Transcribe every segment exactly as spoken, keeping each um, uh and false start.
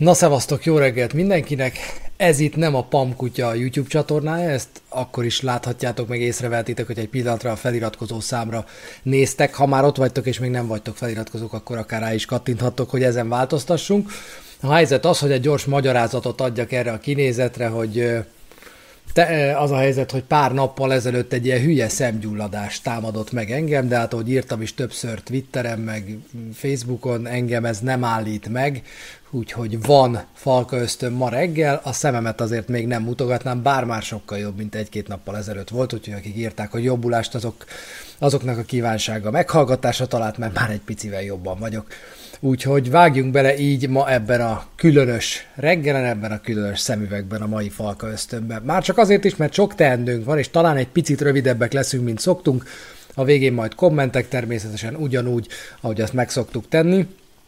Na szevasztok, jó reggelt mindenkinek! Ez itt nem a Pam Kutya YouTube csatornája, ezt akkor is láthatjátok, meg észrevehetitek, hogy egy pillanatra a feliratkozó számra néztek. Ha már ott vagytok és még nem vagytok feliratkozók, akkor akár rá is kattinthattok, hogy ezen változtassunk. A helyzet az, hogy egy gyors magyarázatot adjak erre a kinézetre, hogy te, az a helyzet, hogy pár nappal ezelőtt egy ilyen hülye szemgyulladás támadott meg engem, de hát ahogy írtam is többször Twitteren, meg Facebookon, engem ez nem állít meg, úgyhogy van falkaösztön ma reggel, a szememet azért még nem mutogatnám, bár már sokkal jobb, mint egy-két nappal ezelőtt volt, úgyhogy akik írták, hogy jobbulást, azok, azoknak a kívánsága meghallgatása talált, mert már egy picivel jobban vagyok. Úgyhogy vágjunk bele így ma ebben a különös reggelen, ebben a különös szemüvegben a mai falkaösztönben. Már csak azért is, mert sok teendőnk van, és talán egy picit rövidebbek leszünk, mint szoktunk. A végén majd kommentek természetesen ugyanúgy, ahogy azt meg szoktuk tenni.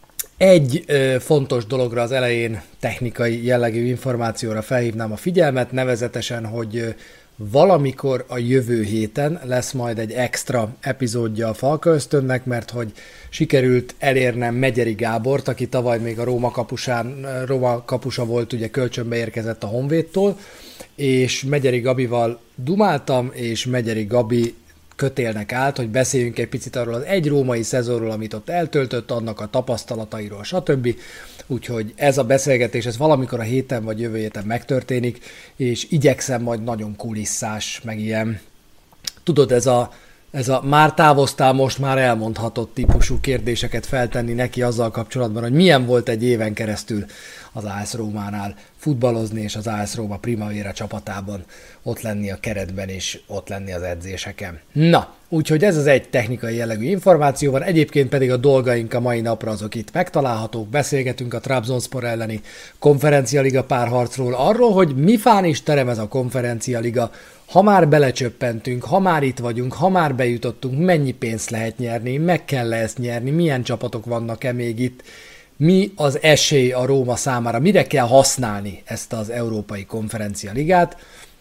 Egy ö, fontos dologra az elején, technikai jellegű információra felhívnám a figyelmet, nevezetesen, hogy ö, valamikor a jövő héten lesz majd egy extra epizódja a Falkaösztönnek, mert hogy sikerült elérnem Megyeri Gábort, aki tavaly még a Róma kapusán, Róma kapusa volt, ugye kölcsönbe érkezett a Honvédtól, és Megyeri Gabival dumáltam, és Megyeri Gabi kötélnek állt, hogy beszéljünk egy picit arról az egy római szezonról, amit ott eltöltött, annak a tapasztalatairól, stb. Úgyhogy ez a beszélgetés, ez valamikor a héten vagy jövő héten megtörténik, és igyekszem majd nagyon kulisszás, meg ilyen, tudod, ez a, ez a már távoztál, most már elmondhatott típusú kérdéseket feltenni neki azzal kapcsolatban, hogy milyen volt egy éven keresztül az á es Rómánál futballozni, és az á es Róma Primavera csapatában ott lenni a keretben, és ott lenni az edzéseken. Na, úgyhogy ez az egy technikai jellegű információ van, egyébként pedig a dolgaink a mai napra azok itt megtalálhatók, beszélgetünk a Trabzonspor elleni konferencialiga párharcról, arról, hogy mi fán is terem ez a konferencialiga, ha már belecsöppentünk, ha már itt vagyunk, ha már bejutottunk, mennyi pénzt lehet nyerni, meg kell ezt nyerni, milyen csapatok vannak-e még itt, mi az esély a Róma számára, mire kell használni ezt az Európai Konferencia Ligát.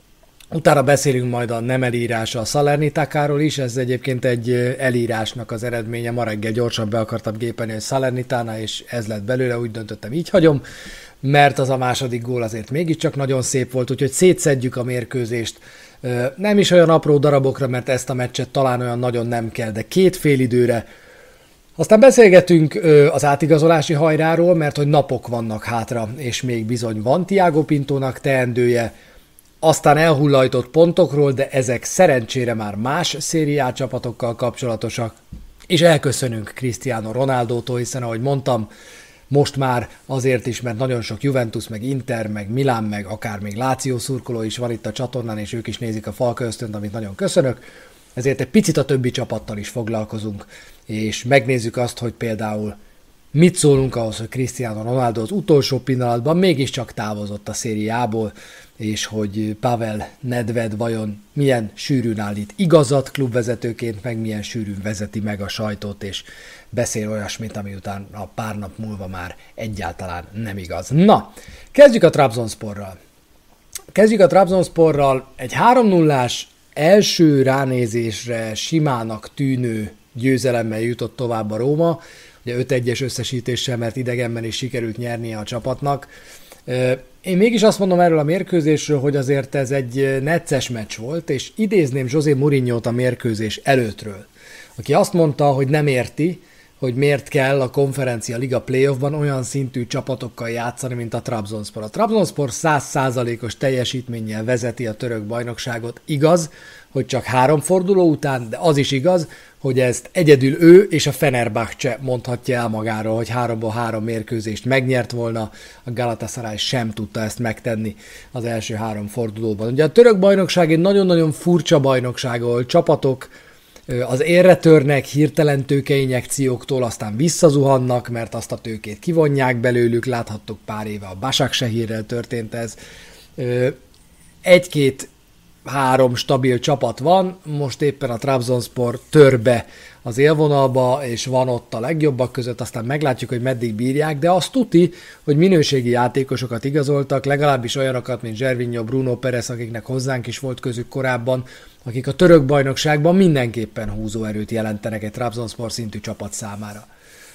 Utána beszélünk majd a nem elírása a Salernitákáról is, ez egyébként egy elírásnak az eredménye, ma reggel gyorsan be akartam gépelni, hogy Salernitana, és ez lett belőle, úgy döntöttem, így hagyom, mert az a második gól azért mégiscsak nagyon szép volt, úgyhogy szétszedjük a mérkőzést, nem is olyan apró darabokra, mert ezt a meccset talán olyan nagyon nem kell, de két félidőre. Aztán beszélgetünk az átigazolási hajráról, mert hogy napok vannak hátra, és még bizony van Thiago Pintónak teendője, aztán elhullajtott pontokról, de ezek szerencsére már más szériá csapatokkal kapcsolatosak, és elköszönünk Cristiano Ronaldótól, hiszen ahogy mondtam, most már azért is, mert nagyon sok Juventus, meg Inter, meg Milán, meg akár még Lazio szurkoló is van itt a csatornán, és ők is nézik a Falkaösztönt, amit nagyon köszönök. Ezért egy picit a többi csapattal is foglalkozunk, és megnézzük azt, hogy például mit szólunk ahhoz, hogy Cristiano Ronaldo az utolsó pillanatban mégiscsak távozott a szériából, és hogy Pavel Nedved vajon milyen sűrűn állít igazat klubvezetőként, meg milyen sűrűn vezeti meg a sajtót, és beszél olyasmit, ami után a pár nap múlva már egyáltalán nem igaz. Na, kezdjük a Trabzonsporral. Kezdjük a Trabzonsporral, egy három nullás első ránézésre simának tűnő győzelemmel jutott tovább a Róma, ugye öt egyes összesítéssel, mert idegenben is sikerült nyernie a csapatnak. Én mégis azt mondom erről a mérkőzésről, hogy azért ez egy necces meccs volt, és idézném José Mourinhót a mérkőzés előttről, aki azt mondta, hogy nem érti, hogy miért kell a Konferencia Liga playoffban olyan szintű csapatokkal játszani, mint a Trabzonspor. A Trabzonspor száz százalékos teljesítménnyel vezeti a török bajnokságot. Igaz, hogy csak három forduló után, de az is igaz, hogy ezt egyedül ő és a Fenerbahce mondhatja el magáról, hogy háromból három mérkőzést megnyert volna, a Galatasaray sem tudta ezt megtenni az első három fordulóban. Ugye a török bajnokság egy nagyon-nagyon furcsa bajnokság, ahol csapatok az érre törnek hirtelen tőkeinjekcióktól, aztán visszazuhannak, mert azt a tőkét kivonják belőlük, láthattuk pár éve a Başakşehirrel történt ez. Egy-két három stabil csapat van, most éppen a Trabzonspor tör be az élvonalba, és van ott a legjobbak között, aztán meglátjuk, hogy meddig bírják, de azt tuti, hogy minőségi játékosokat igazoltak, legalábbis olyanokat, mint Gervinho, Bruno Perez, akiknek hozzánk is volt közük korábban, akik a török bajnokságban mindenképpen húzóerőt jelentenek egy Trabzonspor szintű csapat számára.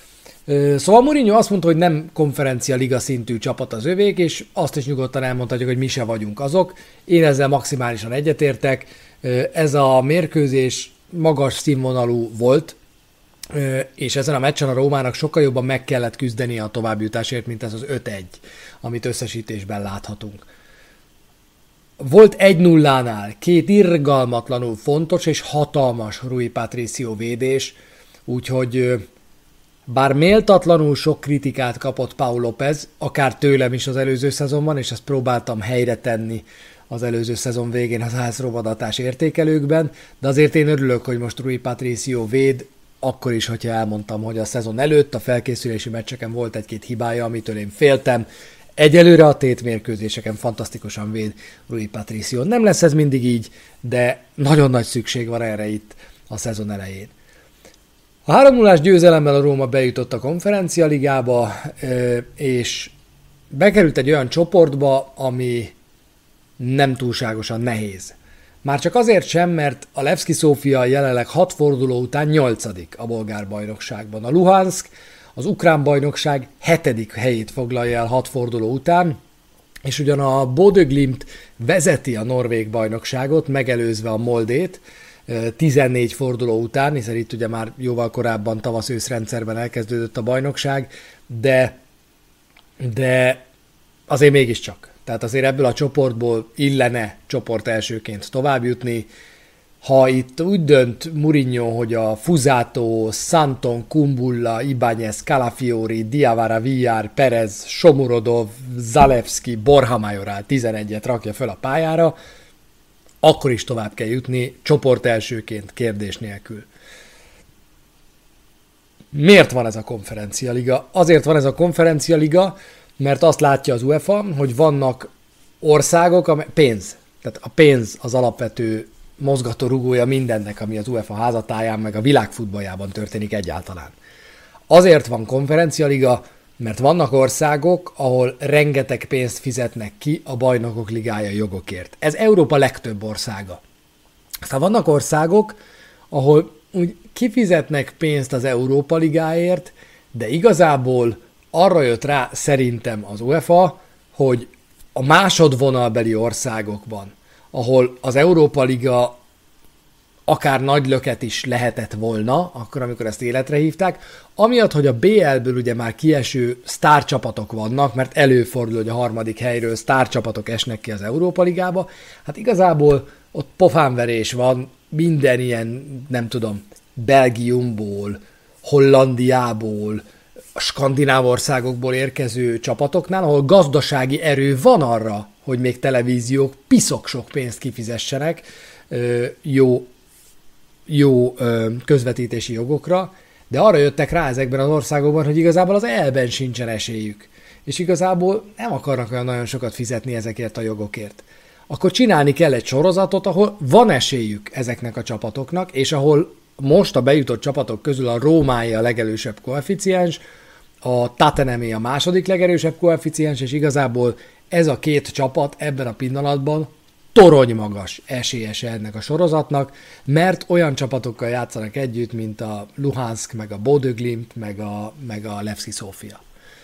Szóval Mourinho azt mondta, hogy nem konferencia liga szintű csapat az övék, és azt is nyugodtan elmondhatjuk, hogy mi se vagyunk azok. Én ezzel maximálisan egyetértek. Ez a mérkőzés magas színvonalú volt, és ezen a meccsen a Rómának sokkal jobban meg kellett küzdeni a továbbjutásért, mint ez az öt egy, amit összesítésben láthatunk. Volt egy nullánál két irgalmatlanul fontos és hatalmas Rui Patricio védés, úgyhogy bár méltatlanul sok kritikát kapott Pau López, akár tőlem is az előző szezonban, és ezt próbáltam helyre tenni az előző szezon végén az házrovadatás értékelőkben, de azért én örülök, hogy most Rui Patricio véd, akkor is, hogyha elmondtam, hogy a szezon előtt a felkészülési meccseken volt egy-két hibája, amitől én féltem. Egyelőre a tétmérkőzéseken fantasztikusan véd Rui Patricio. Nem lesz ez mindig így, de nagyon nagy szükség van erre itt a szezon elején. A három nullás győzelemmel a Róma bejutott a Konferencia Ligába, és bekerült egy olyan csoportba, ami nem túlságosan nehéz. Már csak azért sem, mert a Levski Sofia jelenleg hat forduló után nyolcadik a bolgár bajnokságban. A Luhansk az ukrán bajnokság hetedik helyét foglalja el hat forduló után, és ugyan a Bodø Glimt vezeti a norvég bajnokságot, megelőzve a Moldét tizennégy forduló után, hiszen itt ugye már jóval korábban tavasz-ősz rendszerben elkezdődött a bajnokság, de, de azért mégiscsak. Tehát azért ebből a csoportból illene csoport elsőként továbbjutni. Ha itt úgy dönt Mourinho, hogy a Fusato, Santon, Kumbulla, Ibáñez, Calafiori, Diawara, Villar, Perez, Shomurodov, Zalewski, Borja Mayoral tizenegyet rakja föl a pályára, akkor is tovább kell jutni, csoport elsőként, kérdés nélkül. Miért van ez a konferencialiga? Azért van ez a konferencialiga, mert azt látja az UEFA, hogy vannak országok, amely pénz, tehát a pénz az alapvető mozgatórugója mindennek, ami az UEFA házatáján, meg a világ futballjában történik egyáltalán. Azért van konferencialiga, mert vannak országok, ahol rengeteg pénzt fizetnek ki a bajnokok ligája jogokért. Ez Európa legtöbb országa. Aztán vannak országok, ahol úgy kifizetnek pénzt az Európa ligáért, de igazából arra jött rá szerintem az UEFA, hogy a másodvonalbeli országokban, ahol az Európa Liga akár nagy löket is lehetett volna, akkor, amikor ezt életre hívták, amiatt, hogy a bé el-ből ugye már kieső sztárcsapatok vannak, mert előfordul, hogy a harmadik helyről sztárcsapatok esnek ki az Európa Ligába, hát igazából ott pofánverés van minden ilyen, nem tudom, Belgiumból, Hollandiából, a skandináv országokból érkező csapatoknál, ahol gazdasági erő van arra, hogy még televíziók piszok sok pénzt kifizessenek jó, jó közvetítési jogokra, de arra jöttek rá ezekben az országokban, hogy igazából az é el-ben sincsen esélyük, és igazából nem akarnak olyan nagyon sokat fizetni ezekért a jogokért. Akkor csinálni kell egy sorozatot, ahol van esélyük ezeknek a csapatoknak, és ahol most a bejutott csapatok közül a Rómáé a legerősebb koeficiens, a Tottenhamé a második legerősebb koeficiens, és igazából ez a két csapat ebben a pillanatban toronymagas esélyese ennek a sorozatnak, mert olyan csapatokkal játszanak együtt, mint a Luhansk, meg a Bodø Glimt, meg a, meg a Levski Sofia.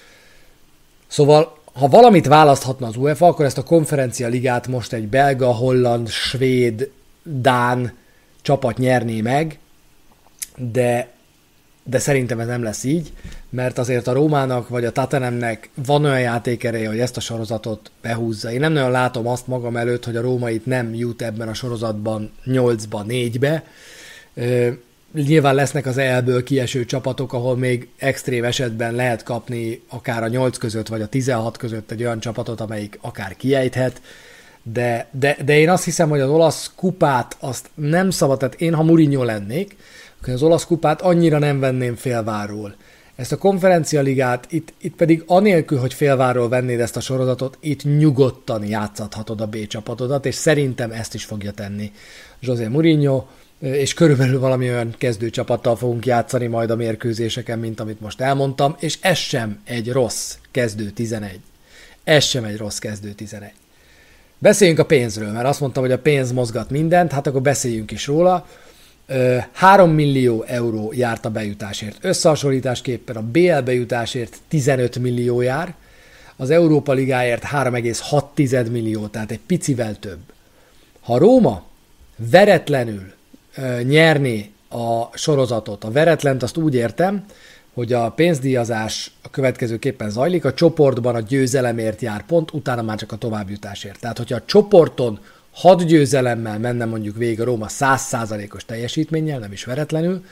Szóval, ha valamit választhatna az UEFA, akkor ezt a konferencia ligát most egy belga, holland, svéd, dán csapat nyerné meg, de, de szerintem ez nem lesz így, mert azért a Rómának vagy a Tottenhamnek van olyan játékereje, hogy ezt a sorozatot behúzza. Én nem nagyon látom azt magam előtt, hogy a Róma itt nem jut ebben a sorozatban nyolcba, négybe. Nyilván lesznek az é el-ből kieső csapatok, ahol még extrém esetben lehet kapni akár a nyolc között, vagy a tizenhat között egy olyan csapatot, amelyik akár kiejthet, de, de, de én azt hiszem, hogy az olasz kupát azt nem szabad, tehát én, ha Mourinho lennék, akkor az olasz kupát annyira nem venném félváról. Ezt a konferencialigát, itt, itt pedig anélkül, hogy félváról vennéd ezt a sorozatot, itt nyugodtan játszathatod a B csapatodat, és szerintem ezt is fogja tenni José Mourinho, és körülbelül valami olyan kezdőcsapattal fogunk játszani majd a mérkőzéseken, mint amit most elmondtam, és ez sem egy rossz kezdő tizenegy. Ez sem egy rossz kezdő tizenegy. Beszéljünk a pénzről, mert azt mondtam, hogy a pénz mozgat mindent, hát akkor beszéljünk is róla. három millió euró járt a bejutásért. Összehasonlításképpen a bé el bejutásért tizenöt millió jár, az Európa Ligáért három egész hat millió, tehát egy picivel több. Ha Róma veretlenül ö, nyerné a sorozatot, a veretlent azt úgy értem, hogy a pénzdíjazás a következőképpen zajlik, a csoportban a győzelemért jár pont, utána már csak a továbbjutásért. Tehát, hogyha a csoporton hat győzelemmel menne mondjuk végig a Róma száz százalékos teljesítménnyel, nem is veretlenül,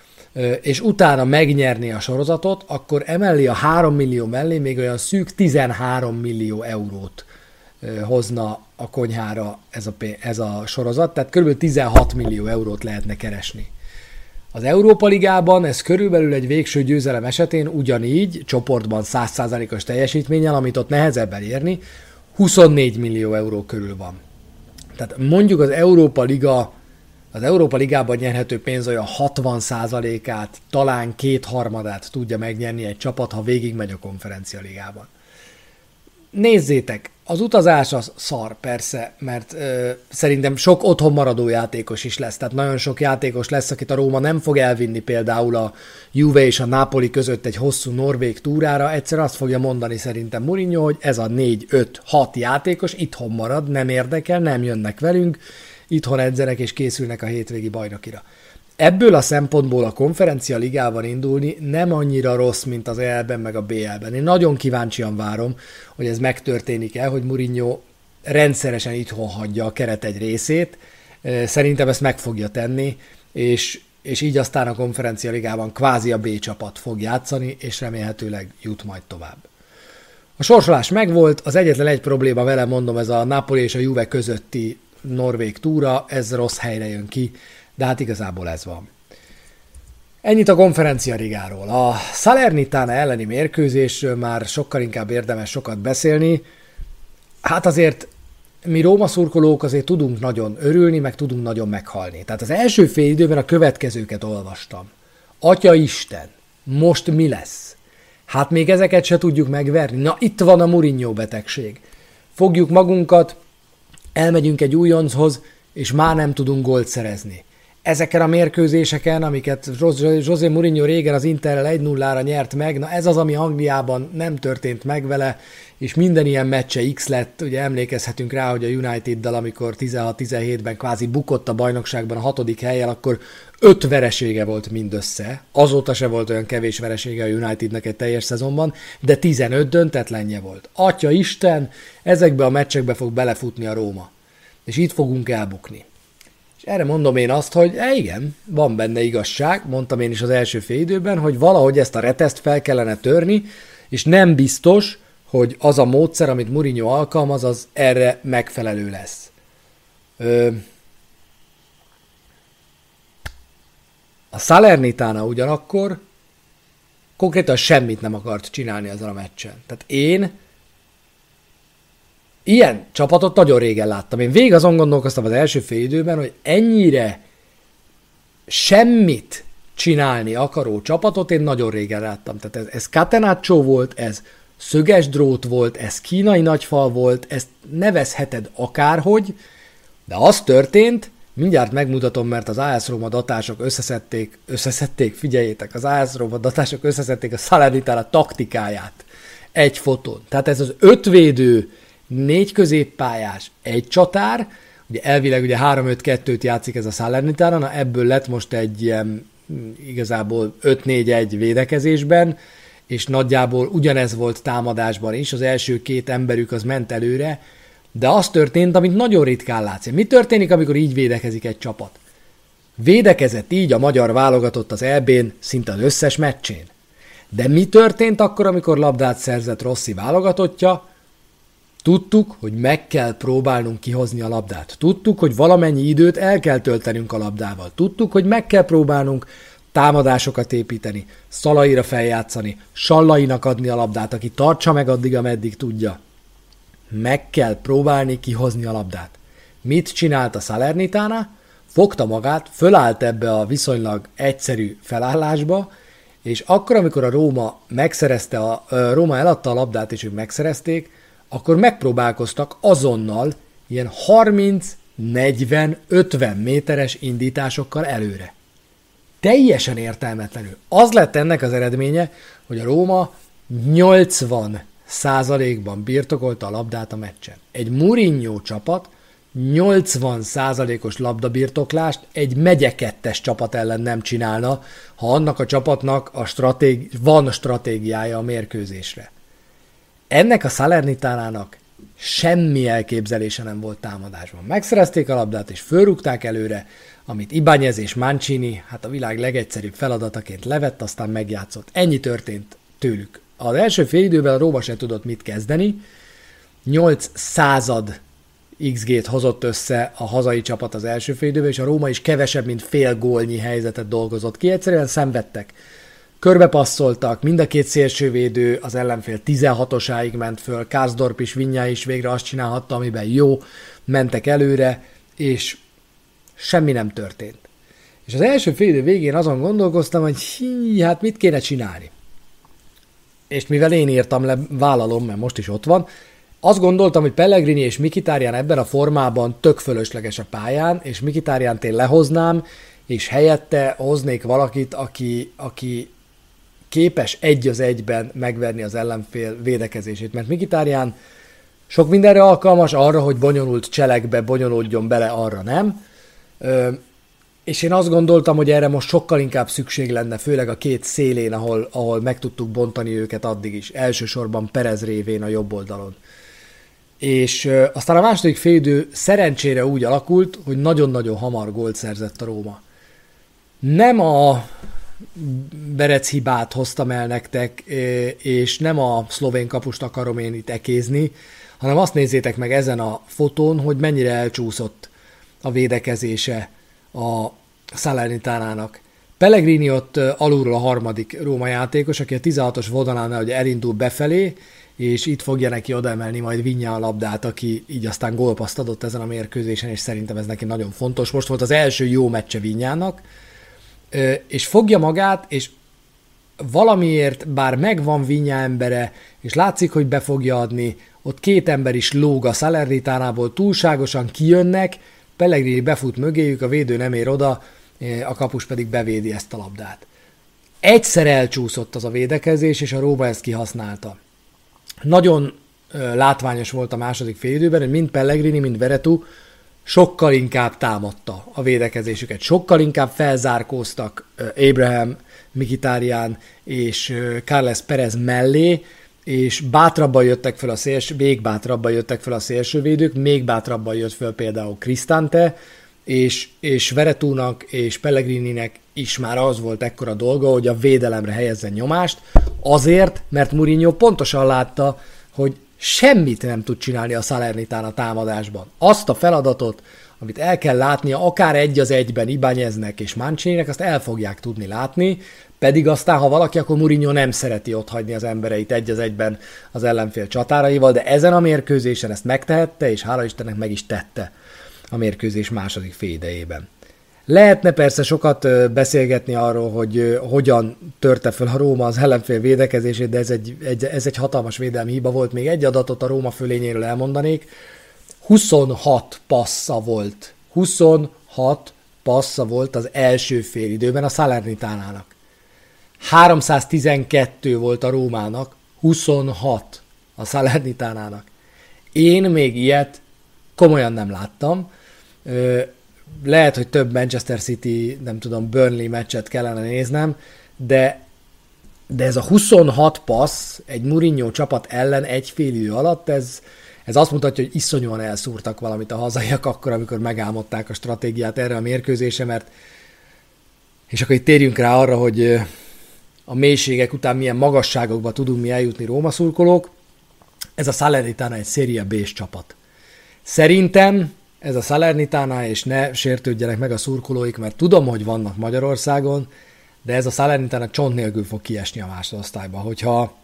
és utána megnyerné a sorozatot, akkor emellé a három millió mellé még olyan szűk tizenhárom millió eurót hozna a konyhára ez a, ez a sorozat, tehát kb. tizenhat millió eurót lehetne keresni. Az Európa Ligában ez körülbelül egy végső győzelem esetén ugyanígy, csoportban száz százalékos teljesítménnyel, amit ott nehezebb elérni, huszonnégy millió euró körül van. Tehát mondjuk az Európa Liga, az Európa Ligában nyerhető pénz olyan hatvan százalékát, talán kétharmadát tudja megnyerni egy csapat, ha végigmegy a Konferencia Ligában. Nézzétek, az utazás az szar, persze, mert ö, szerintem sok otthon maradó játékos is lesz, tehát nagyon sok játékos lesz, akit a Róma nem fog elvinni például a Juve és a Napoli között egy hosszú norvég túrára, egyszer azt fogja mondani szerintem Mourinho, hogy ez a négy öt hat játékos itthon marad, nem érdekel, nem jönnek velünk, itthon edzenek és készülnek a hétvégi bajnokira. Ebből a szempontból a Konferencia Ligában indulni nem annyira rossz, mint az é el-ben meg a bé el-ben. Én nagyon kíváncsian várom, hogy ez megtörténik-e, hogy Mourinho rendszeresen itthon hagyja a keret egy részét. Szerintem ezt meg fogja tenni, és, és így aztán a Konferencia Ligában kvázi a B csapat fog játszani, és remélhetőleg jut majd tovább. A sorsolás megvolt, az egyetlen egy probléma vele, mondom, ez a Napoli és a Juve közötti norvég túra, ez rossz helyre jön ki, de hát igazából ez van. Ennyit a Konferencia Ligáról. A Salernitana elleni mérkőzésről már sokkal inkább érdemes sokat beszélni. Hát azért mi Róma szurkolók azért tudunk nagyon örülni, meg tudunk nagyon meghalni. Tehát az első fél időben a következőket olvastam. Atya Isten, most mi lesz? Hát még ezeket se tudjuk megverni. Na itt van a Mourinho betegség. Fogjuk magunkat, elmegyünk egy újonchoz, és már nem tudunk gólt szerezni. Ezeken a mérkőzéseken, amiket José Mourinho régen az Interrel egy nullára nyert meg, na ez az, ami Angliában nem történt meg vele, és minden ilyen meccse X lett, ugye emlékezhetünk rá, hogy a Uniteddal, amikor tizenhat tizenhétben kvázi bukott a bajnokságban a hatodik helyen, akkor öt veresége volt mindössze, azóta se volt olyan kevés veresége a Unitednek egy teljes szezonban, de tizenöt döntetlenje volt. Atya Isten, ezekbe a meccsekbe fog belefutni a Róma, és itt fogunk elbukni. És erre mondom én azt, hogy e, igen, van benne igazság, mondtam én is az első fél időben, hogy valahogy ezt a reteszt fel kellene törni, és nem biztos, hogy az a módszer, amit Mourinho alkalmaz, az erre megfelelő lesz. Ö... A Salernitana ugyanakkor konkrétan semmit nem akart csinálni ezzel a meccsen. Tehát én ilyen csapatot nagyon régen láttam. Én végig azon gondolkoztam az első fél időben, hogy ennyire semmit csinálni akaró csapatot én nagyon régen láttam. Tehát ez, ez Catenaccio volt, ez szöges drót volt, ez kínai nagyfal volt, ezt nevezheted akárhogy, de az történt, mindjárt megmutatom, mert az á es Roma datások összeszedték, összeszedték, figyeljétek, az á es Roma datások összeszedték a Salernitana taktikáját egy fotón. Tehát ez az ötvédő, négy középpályás, egy csatár, ugye elvileg ugye három öt kettőt játszik ez a Salernitana, na ebből lett most egy ilyen igazából öt négy egy védekezésben, és nagyjából ugyanez volt támadásban is, az első két emberük az ment előre, de az történt, amit nagyon ritkán látsz. Mi történik, amikor így védekezik egy csapat? Védekezett így a magyar válogatott az é bén szinte az összes meccsén. De mi történt akkor, amikor labdát szerzett Rossi válogatottja? Tudtuk, hogy meg kell próbálnunk kihozni a labdát. Tudtuk, hogy valamennyi időt el kell töltenünk a labdával. Tudtuk, hogy meg kell próbálnunk támadásokat építeni, Szalaira feljátszani, Sallainak adni a labdát, aki tartsa meg addig, ameddig tudja. Meg kell próbálni kihozni a labdát. Mit csinált a Salernitana? Fogta magát, fölállt ebbe a viszonylag egyszerű felállásba, és akkor, amikor a Róma megszerezte, a, a Róma eladta a labdát, és ők megszerezték, akkor megpróbálkoztak azonnal ilyen harminc negyven-ötven méteres indításokkal előre. Teljesen értelmetlenül. Az lett ennek az eredménye, hogy a Róma nyolcvan százalékban birtokolta a labdát a meccsen. Egy Mourinho csapat nyolcvan százalékos labdabirtoklást egy megye kettes csapat ellen nem csinálna, ha annak a csapatnak a stratégi- van stratégiája a mérkőzésre. Ennek a Salernitánának semmi elképzelése nem volt támadásban. Megszerezték a labdát és fölrúgták előre, amit Ibáñez és Mancini, hát a világ legegyszerűbb feladataként levett, aztán megjátszott. Ennyi történt tőlük. Az első fél időben a Róma se tudott mit kezdeni, nyolc század iksz gét hozott össze a hazai csapat az első fél időben, és a Róma is kevesebb, mint fél gólnyi helyzetet dolgozott ki. Egyszerűen szenvedtek. Körbepasszoltak, mind a két szélsővédő az ellenfél tizenhatosáig ment föl, Karsdorp is, Vinyá is végre azt csinálhatta, amiben jó, mentek előre, és semmi nem történt. És az első fél idő végén azon gondolkoztam, hogy hí, hát mit kéne csinálni. És mivel én írtam le, vállalom, mert most is ott van, azt gondoltam, hogy Pellegrini és Mkhitaryan ebben a formában tök fölösleges a pályán, és Mkhitaryant én lehoznám, és helyette hoznék valakit, aki, aki képes egy az egyben megverni az ellenfél védekezését. Mert Mkhitaryan sok mindenre alkalmas, arra, hogy bonyolult cselekbe bonyolódjon bele, arra nem. Ö, és én azt gondoltam, hogy erre most sokkal inkább szükség lenne, főleg a két szélén, ahol, ahol meg tudtuk bontani őket addig is. Elsősorban Perez révén a jobb oldalon. És ö, aztán a második félidő szerencsére úgy alakult, hogy nagyon-nagyon hamar gólt szerzett a Róma. Nem a Berec hibát hoztam el nektek, és nem a szlovén kapust akarom én itt ekézni, hanem azt nézzétek meg ezen a fotón, hogy mennyire elcsúszott a védekezése a Salernitánának. Pellegrini ott alulról a harmadik Róma játékos, aki a tizenhatos vonalánál ugye elindul befelé, és itt fogja neki odaemelni majd Vinyá a labdát, aki így aztán gólpaszt adott ezen a mérkőzésen, és szerintem ez neki nagyon fontos. Most volt az első jó meccse Vinyának, és fogja magát, és valamiért, bár megvan Vinyá embere, és látszik, hogy be fogja adni, ott két ember is lóg a Salernitánából, túlságosan kijönnek, Pellegrini befut mögéjük, a védő nem ér oda, a kapus pedig bevédi ezt a labdát. Egyszer elcsúszott az a védekezés, és a Róma ezt kihasználta. Nagyon látványos volt a második félidőben, hogy mind Pellegrini, mind Veretout sokkal inkább támadta a védekezésüket, sokkal inkább felzárkóztak Abraham, Mkhitaryan és Carles Perez mellé, és bátrabban jöttek fel a szélső, még bátrabban jöttek fel a szélsővédők, még bátrabban jött fel például Cristante, és, és Veretoutnak és Pellegrininek is már az volt ekkora dolga, hogy a védelemre helyezzen nyomást, azért, mert Mourinho pontosan látta, hogy semmit nem tud csinálni a Salernitán a támadásban. Azt a feladatot, amit el kell látnia, akár egy az egyben Ibáñeznek és Mancininek, azt el fogják tudni látni, pedig aztán, ha valaki, akkor Mourinho nem szereti otthagyni az embereit egy az egyben az ellenfél csatáraival, de ezen a mérkőzésen ezt megtehette, és hála Istennek meg is tette a mérkőzés második fél idejében. Lehetne persze sokat beszélgetni arról, hogy hogyan törte fel a Róma az ellenfél védekezését, de ez egy, egy, ez egy hatalmas védelmi hiba volt. Még egy adatot a Róma fölényéről elmondanék. huszonhat passza volt. huszonhat passza volt az első fél időben a Salernitánának. háromszáztizenkettő volt a Rómának, huszonhat a Salernitánának. Én még ilyet komolyan nem láttam. Lehet, hogy több Manchester City, nem tudom, Burnley meccset kellene néznem, de, de ez a huszonhat passz egy Mourinho csapat ellen egy fél idő alatt, ez, ez azt mutatja, hogy iszonyúan elszúrtak valamit a hazaiak akkor, amikor megálmodták a stratégiát erre a mérkőzésre, mert és akkor itt térjünk rá arra, hogy a mélységek után milyen magasságokba tudunk mi eljutni Róma szurkolók. Ez a Salernitana egy Serie B-s csapat. Szerintem ez a Salernitana, és ne sértődjenek meg a szurkolóik, mert tudom, hogy vannak Magyarországon, de ez a Salernitana csont nélkül fog kiesni a másodosztályba. Hogyha,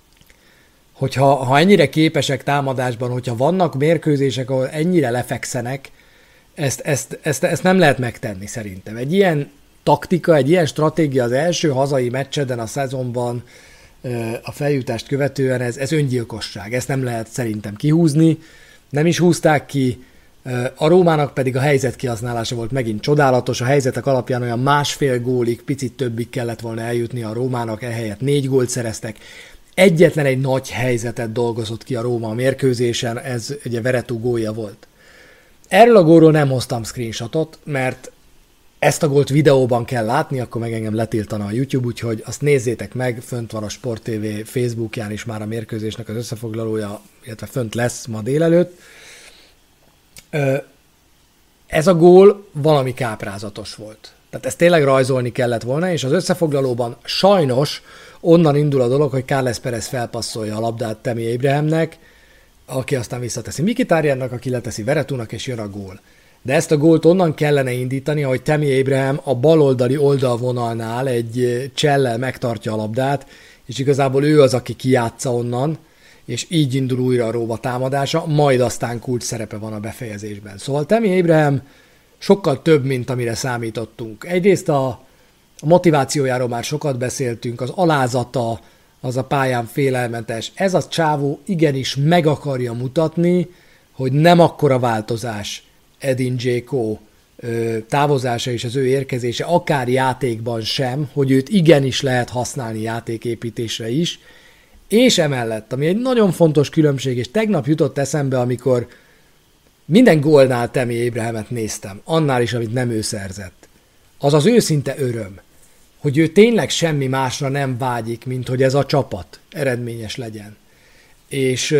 hogyha ha ennyire képesek támadásban, hogyha vannak mérkőzések, ahol ennyire lefekszenek, ezt, ezt, ezt, ezt nem lehet megtenni szerintem. Egy ilyen taktika, egy ilyen stratégia az első hazai meccseden a szezonban a feljutást követően, ez, ez öngyilkosság. Ezt nem lehet szerintem kihúzni. Nem is húzták ki, A Rómának pedig a helyzet kihasználása volt megint csodálatos, a helyzetek alapján olyan másfél gólig, picit többig kellett volna eljutni a Rómának, ehelyett négy gólt szereztek. Egyetlen egy nagy helyzetet dolgozott ki a Róma a mérkőzésen, ez ugye Veretú gólja volt. Erről a gólról nem hoztam screenshotot, mert ezt a gólt videóban kell látni, akkor meg engem letiltana a YouTube, úgyhogy azt nézzétek meg, fönt van a Sport té vé Facebookján is már a mérkőzésnek az összefoglalója, illetve fönt lesz ma délelőtt. Ez a gól valami káprázatos volt. Tehát ezt tényleg rajzolni kellett volna, és az összefoglalóban sajnos onnan indul a dolog, hogy Carles Perez felpasszolja a labdát Tammy Abrahamnek, aki aztán visszateszi Mkhitaryannak, aki leteszi Veretúnak, és jön a gól. De ezt a gólt onnan kellene indítani, hogy Tammy Abraham a baloldali oldalvonalnál egy csellel megtartja a labdát, és igazából ő az, aki kijátsza onnan, és így indul újra a Róma támadása, majd aztán kulcs szerepe van a befejezésben. Szóval Tammy Abraham sokkal több, mint amire számítottunk. Egyrészt a, a motivációjáról már sokat beszéltünk, az alázata, az a pályán félelmetes. Ez a csávó igenis meg akarja mutatni, hogy nem akkora változás Edin Dzeko távozása és az ő érkezése, akár játékban sem, hogy őt igenis lehet használni játéképítésre is, és emellett, ami egy nagyon fontos különbség, és tegnap jutott eszembe, amikor minden gólnál Tammy Abrahamet néztem, annál is, amit nem ő szerzett. Az az őszinte öröm, hogy ő tényleg semmi másra nem vágyik, mint hogy ez a csapat eredményes legyen. És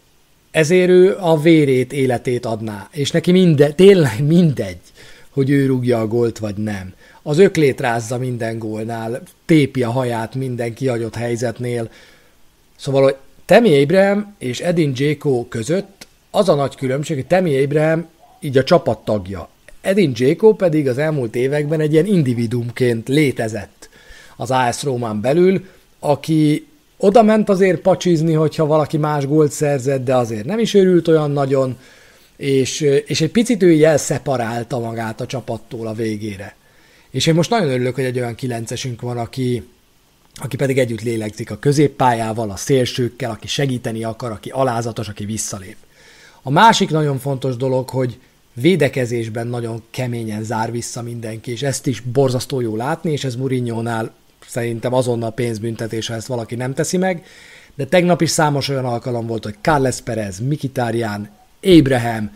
ezért ő a vérét, életét adná, és neki minde, tényleg mindegy, hogy ő rúgja a gólt, vagy nem. Az öklét rázza minden gólnál, tépi a haját minden kihagyott helyzetnél. Szóval, hogy Tammy Abraham és Edin Dzeko között az a nagy különbség, hogy Tammy Abraham így a csapat tagja. Edin Dzeko pedig az elmúlt években egy ilyen individuumként létezett az á es Rómán belül, aki oda ment azért pacsizni, hogyha valaki más gólt szerzett, de azért nem is örült olyan nagyon, és, és egy picit ő így elszeparálta magát a csapattól a végére. És én most nagyon örülök, hogy egy olyan kilencesünk van, aki, aki pedig együtt lélegzik a középpályával, a szélsőkkel, aki segíteni akar, aki alázatos, aki visszalép. A másik nagyon fontos dolog, hogy védekezésben nagyon keményen zár vissza mindenki, és ezt is borzasztó jó látni, és ez Mourinhónál szerintem azonnal pénzbüntetés, ha ezt valaki nem teszi meg, de tegnap is számos olyan alkalom volt, hogy Carles Perez, Mkhitaryan, Abraham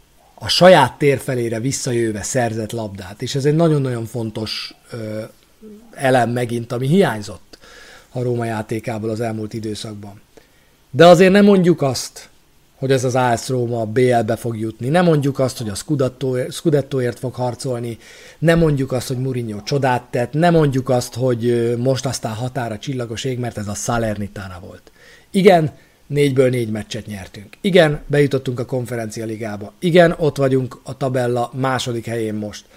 a saját tér felére visszajöve szerzett labdát, és ez egy nagyon-nagyon fontos ö, elem megint, ami hiányzott a Róma játékából az elmúlt időszakban. De azért nem mondjuk azt, hogy ez az á es Róma a bé el-be fog jutni. Nem mondjuk azt, hogy a Scudetto, Scudettoért fog harcolni, nem mondjuk azt, hogy Mourinho csodát tett, nem mondjuk azt, hogy most aztán határa csillagos ég, mert ez a Salernitana volt. Igen, négyből négy meccset nyertünk. Igen, bejutottunk a Konferencia Ligába. Igen, ott vagyunk a tabella második helyén most.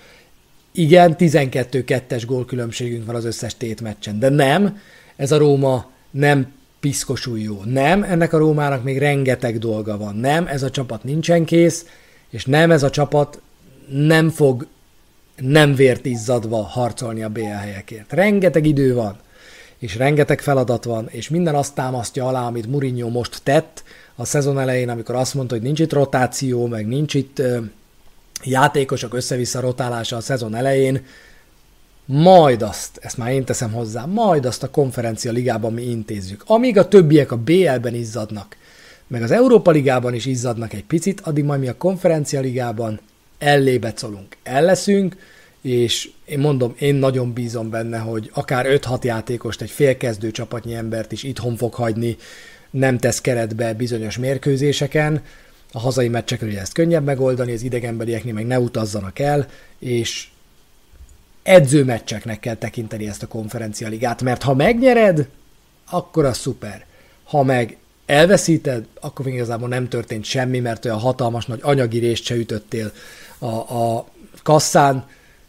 Igen, tizenkettő kettes gólkülönbségünk van az összes tétmeccsen. De nem, ez a Róma nem piszkosul jó. Nem, ennek a Rómának még rengeteg dolga van. Nem, ez a csapat nincsen kész, és nem, ez a csapat nem fog nem vért izzadva harcolni a bé el helyekért. Rengeteg idő van, és rengeteg feladat van, és minden azt támasztja alá, amit Mourinho most tett a szezon elején, amikor azt mondta, hogy nincs itt rotáció, meg nincs itt ö, játékosok össze-vissza rotálása a szezon elején, majd azt, ezt már én teszem hozzá, majd azt a Konferencia Ligában mi intézzük. Amíg a többiek a bé el-ben izzadnak, meg az Európa Ligában is izzadnak egy picit, addig majd mi a Konferencia Ligában ellébecolunk, elleszünk, és én mondom, én nagyon bízom benne, hogy akár öt-hat játékost, egy félkezdő csapatnyi embert is itthon fog hagyni, nem tesz keretbe bizonyos mérkőzéseken. A hazai meccseken ugye ezt könnyebb megoldani, az idegenbelieknél meg ne utazzanak el, és edzőmeccseknek kell tekinteni ezt a Konferencia Ligát, mert ha megnyered, akkor az szuper. Ha meg elveszíted, akkor igazából nem történt semmi, mert olyan hatalmas nagy anyagi részt se ütöttél a, a kasszán,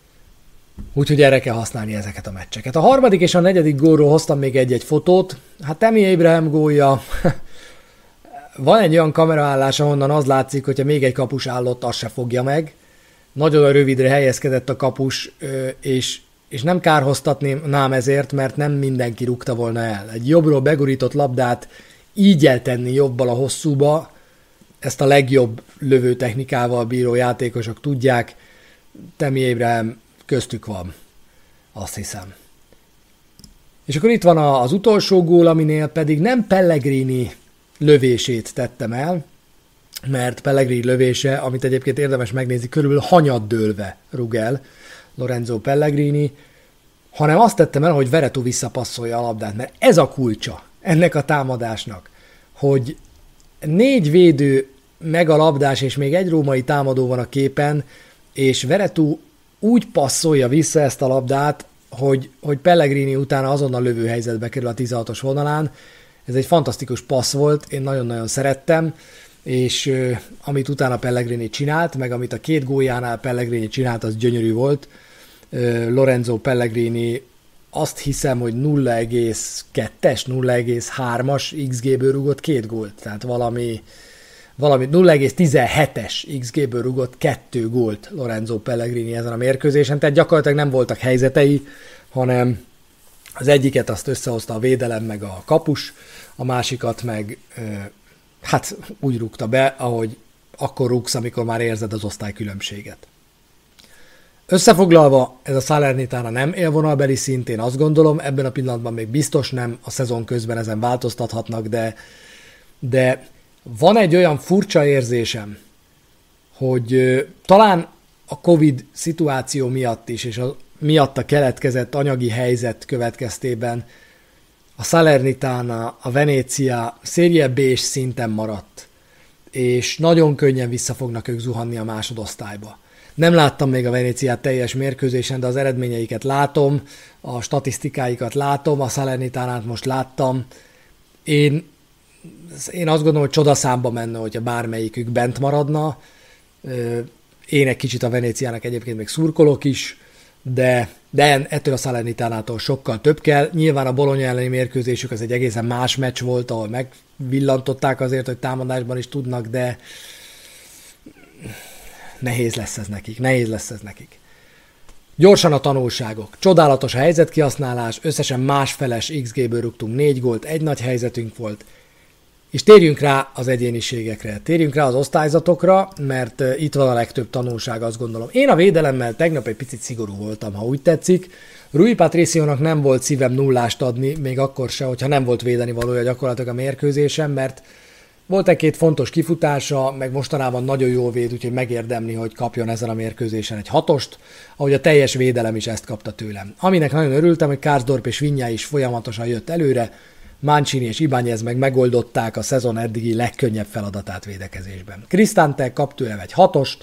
úgyhogy erre kell használni ezeket a meccseket. A harmadik és a negyedik gólról hoztam még egy-egy fotót. Hát Tammy Abraham gólja, van egy olyan kameraállás, ahonnan az látszik, hogyha még egy kapus állott, az se fogja meg. Nagyon rövidre helyezkedett a kapus, és, és nem kárhoztatnám ezért, mert nem mindenki rúgta volna el. Egy jobbról begurított labdát így eltenni jobbal a hosszúba, ezt a legjobb lövő technikával bíró játékosok tudják. Tammy Abraham köztük van, azt hiszem. És akkor itt van az utolsó gól, aminél pedig nem Pellegrini lövését tettem el, mert Pellegrini lövése, amit egyébként érdemes megnézni, körülbelül hanyaddőlve rúg el Lorenzo Pellegrini, hanem azt tettem el, hogy Veretout visszapasszolja a labdát, mert ez a kulcsa ennek a támadásnak, hogy négy védő meg a labdás, és még egy római támadó van a képen, és Veretout úgy passzolja vissza ezt a labdát, hogy, hogy Pellegrini utána azonnal lövő helyzetbe kerül a tizenhatos vonalán. Ez egy fantasztikus passz volt, én nagyon-nagyon szerettem, és uh, amit utána Pellegrini csinált, meg amit a két góljánál Pellegrini csinált, az gyönyörű volt. Uh, Lorenzo Pellegrini azt hiszem, hogy nulla egész kettes, nulla egész hármas iksz gé-ből rúgott két gólt, tehát valami, valami nulla egész tizenhetes iksz gé-ből rúgott kettő gólt Lorenzo Pellegrini ezen a mérkőzésen, tehát gyakorlatilag nem voltak helyzetei, hanem az egyiket azt összehozta a védelem meg a kapus, a másikat meg hát úgy rúgta be, ahogy akkor rúgsz, amikor már érzed az osztálykülönbséget. Összefoglalva, ez a Salernitana nem élvonalbeli szint, én azt gondolom, ebben a pillanatban még biztos nem, a szezon közben ezen változtathatnak, de, de van egy olyan furcsa érzésem, hogy ö, talán a Covid szituáció miatt is, és a miatta keletkezett anyagi helyzet következtében a Salernitana, a Venezia Serie B-s szinten maradt, és nagyon könnyen vissza fognak ők zuhanni a másodosztályba. Nem láttam még a Veneciát teljes mérkőzésen, de az eredményeiket látom, a statisztikáikat látom, a Salernitánát most láttam. Én, én azt gondolom, hogy csodaszámba menne, hogyha bármelyikük bent maradna. Én egy kicsit a Veneciának egyébként még szurkolok is, de, de ettől a Salernitánától sokkal több kell. Nyilván a Bologna elleni mérkőzésük az egy egészen más meccs volt, ahol megvillantották azért, hogy támadásban is tudnak, de nehéz lesz ez nekik, nehéz lesz ez nekik. Gyorsan a tanulságok. Csodálatos a helyzetkihasználás, összesen másfeles iksz gé-ből rúgtunk négy gólt, egy nagy helyzetünk volt, és térjünk rá az egyéniségekre, térjünk rá az osztályzatokra, mert itt van a legtöbb tanulság, azt gondolom. Én a védelemmel tegnap egy picit szigorú voltam, ha úgy tetszik. Rui Patriciónak nem volt szívem nullást adni, még akkor se, hogyha nem volt védeni valója gyakorlatilag a mérkőzésen, mert volt egy-két fontos kifutása, meg mostanában nagyon jól véd, úgyhogy megérdemli, hogy kapjon ezen a mérkőzésen egy hatost, ahogy a teljes védelem is ezt kapta tőlem. Aminek nagyon örültem, hogy Karsdorp és Vinyá is folyamatosan jött előre, Mancini és Ibáñez meg megoldották a szezon eddigi legkönnyebb feladatát védekezésben. Cristante kap tőlem egy hatost,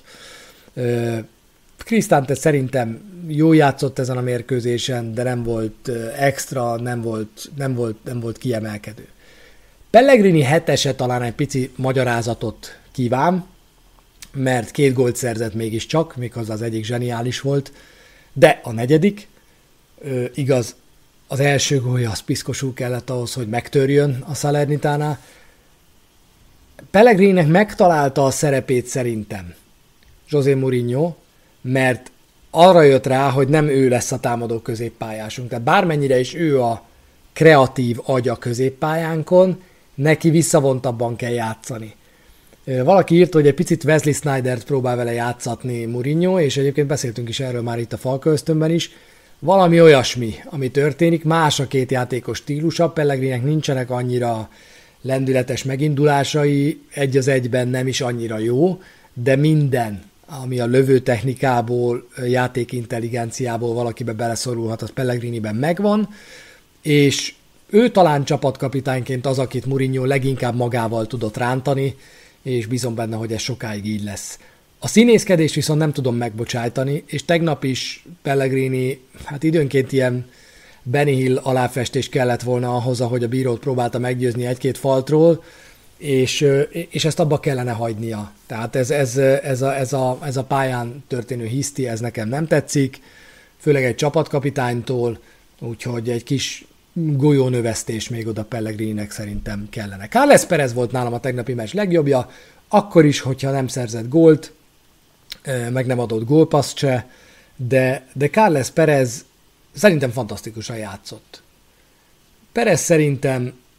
Cristante szerintem jó játszott ezen a mérkőzésen, de nem volt extra, nem volt, nem volt, nem volt kiemelkedő. Pellegrini hetese talán egy pici magyarázatot kíván, mert két gólt szerzett mégiscsak, méghozzá az egyik zseniális volt, de a negyedik, igaz, az első gólja az piszkosul kellett ahhoz, hogy megtörjön a Salernitana. Pellegrininek megtalálta a szerepét szerintem José Mourinho, mert arra jött rá, hogy nem ő lesz a támadó középpályásunk. Tehát bármennyire is ő a kreatív agy a középpályánkon, neki visszavontabban kell játszani. Valaki írta, hogy egy picit Wesley Sneydert próbál vele játszatni Mourinho, és egyébként beszéltünk is erről már itt a Falka ösztönben is. Valami olyasmi, ami történik, más a két játékos stílusa, Pellegrininek nincsenek annyira lendületes megindulásai, egy az egyben nem is annyira jó, de minden, ami a lövő technikából, játékintelligenciából valakibe beleszorulhat, az Pellegriniben megvan, és ő talán csapatkapitányként az, akit Mourinho leginkább magával tudott rántani, és bízom benne, hogy ez sokáig így lesz. A színészkedést viszont nem tudom megbocsájtani, és tegnap is Pellegrini, hát időnként ilyen Benny Hill aláfestés kellett volna ahhoz, ahogy a bírót próbálta meggyőzni egy-két faltról, és, és ezt abba kellene hagynia. Tehát ez, ez, ez, a, ez, a, ez a pályán történő hiszti, ez nekem nem tetszik, főleg egy csapatkapitánytól, úgyhogy egy kis golyónövesztés még oda Pellegrininek szerintem kellene. Carles Perez volt nálam a tegnapi meccs legjobbja, akkor is, hogyha nem szerzett gólt, meg nem adott gólpaszt se, de, de Carles Perez szerintem fantasztikusan játszott. Perez szerintem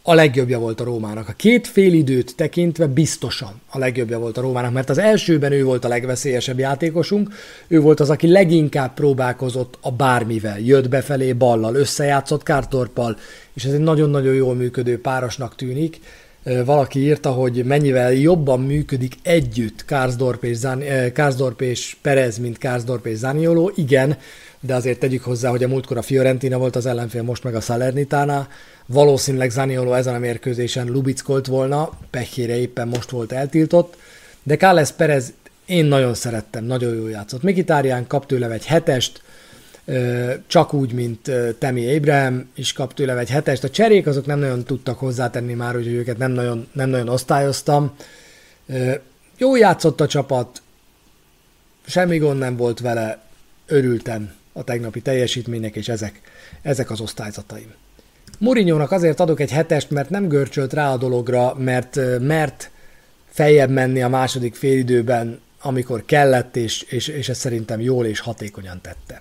a legjobbja volt a Rómának. A két félidőt tekintve biztosan a legjobbja volt a Rómának, mert az elsőben ő volt a legveszélyesebb játékosunk, ő volt az, aki leginkább próbálkozott a bármivel, jött befelé ballal, összejátszott Karsdorppal, és ez egy nagyon-nagyon jól működő párosnak tűnik. Valaki írta, hogy mennyivel jobban működik együtt Karsdorp és, Zan- Karsdorp és Perez, mint Karsdorp és Zanioló. Igen, de azért tegyük hozzá, hogy a múltkor a Fiorentina volt az ellenfél, most meg a Salernitana. Valószínűleg Zanioló ezen a mérkőzésen lubickolt volna, pehjére éppen most volt eltiltott, de Carles Perez én nagyon szerettem, nagyon jól játszott. Mkhitaryan kap tőlem egy hetest, csak úgy, mint Tammy Abraham is kap tőlem egy hetest. A cserék azok nem nagyon tudtak hozzátenni már, úgyhogy őket nem nagyon, nem nagyon osztályoztam. Jó játszott a csapat, semmi gond nem volt vele, örültem a tegnapi teljesítménynek, és ezek, ezek az osztályzataim. Mourinhónak azért adok egy hetest, mert nem görcsölt rá a dologra, mert mert feljebb menni a második félidőben, amikor kellett, és, és, és ezt szerintem jól és hatékonyan tette.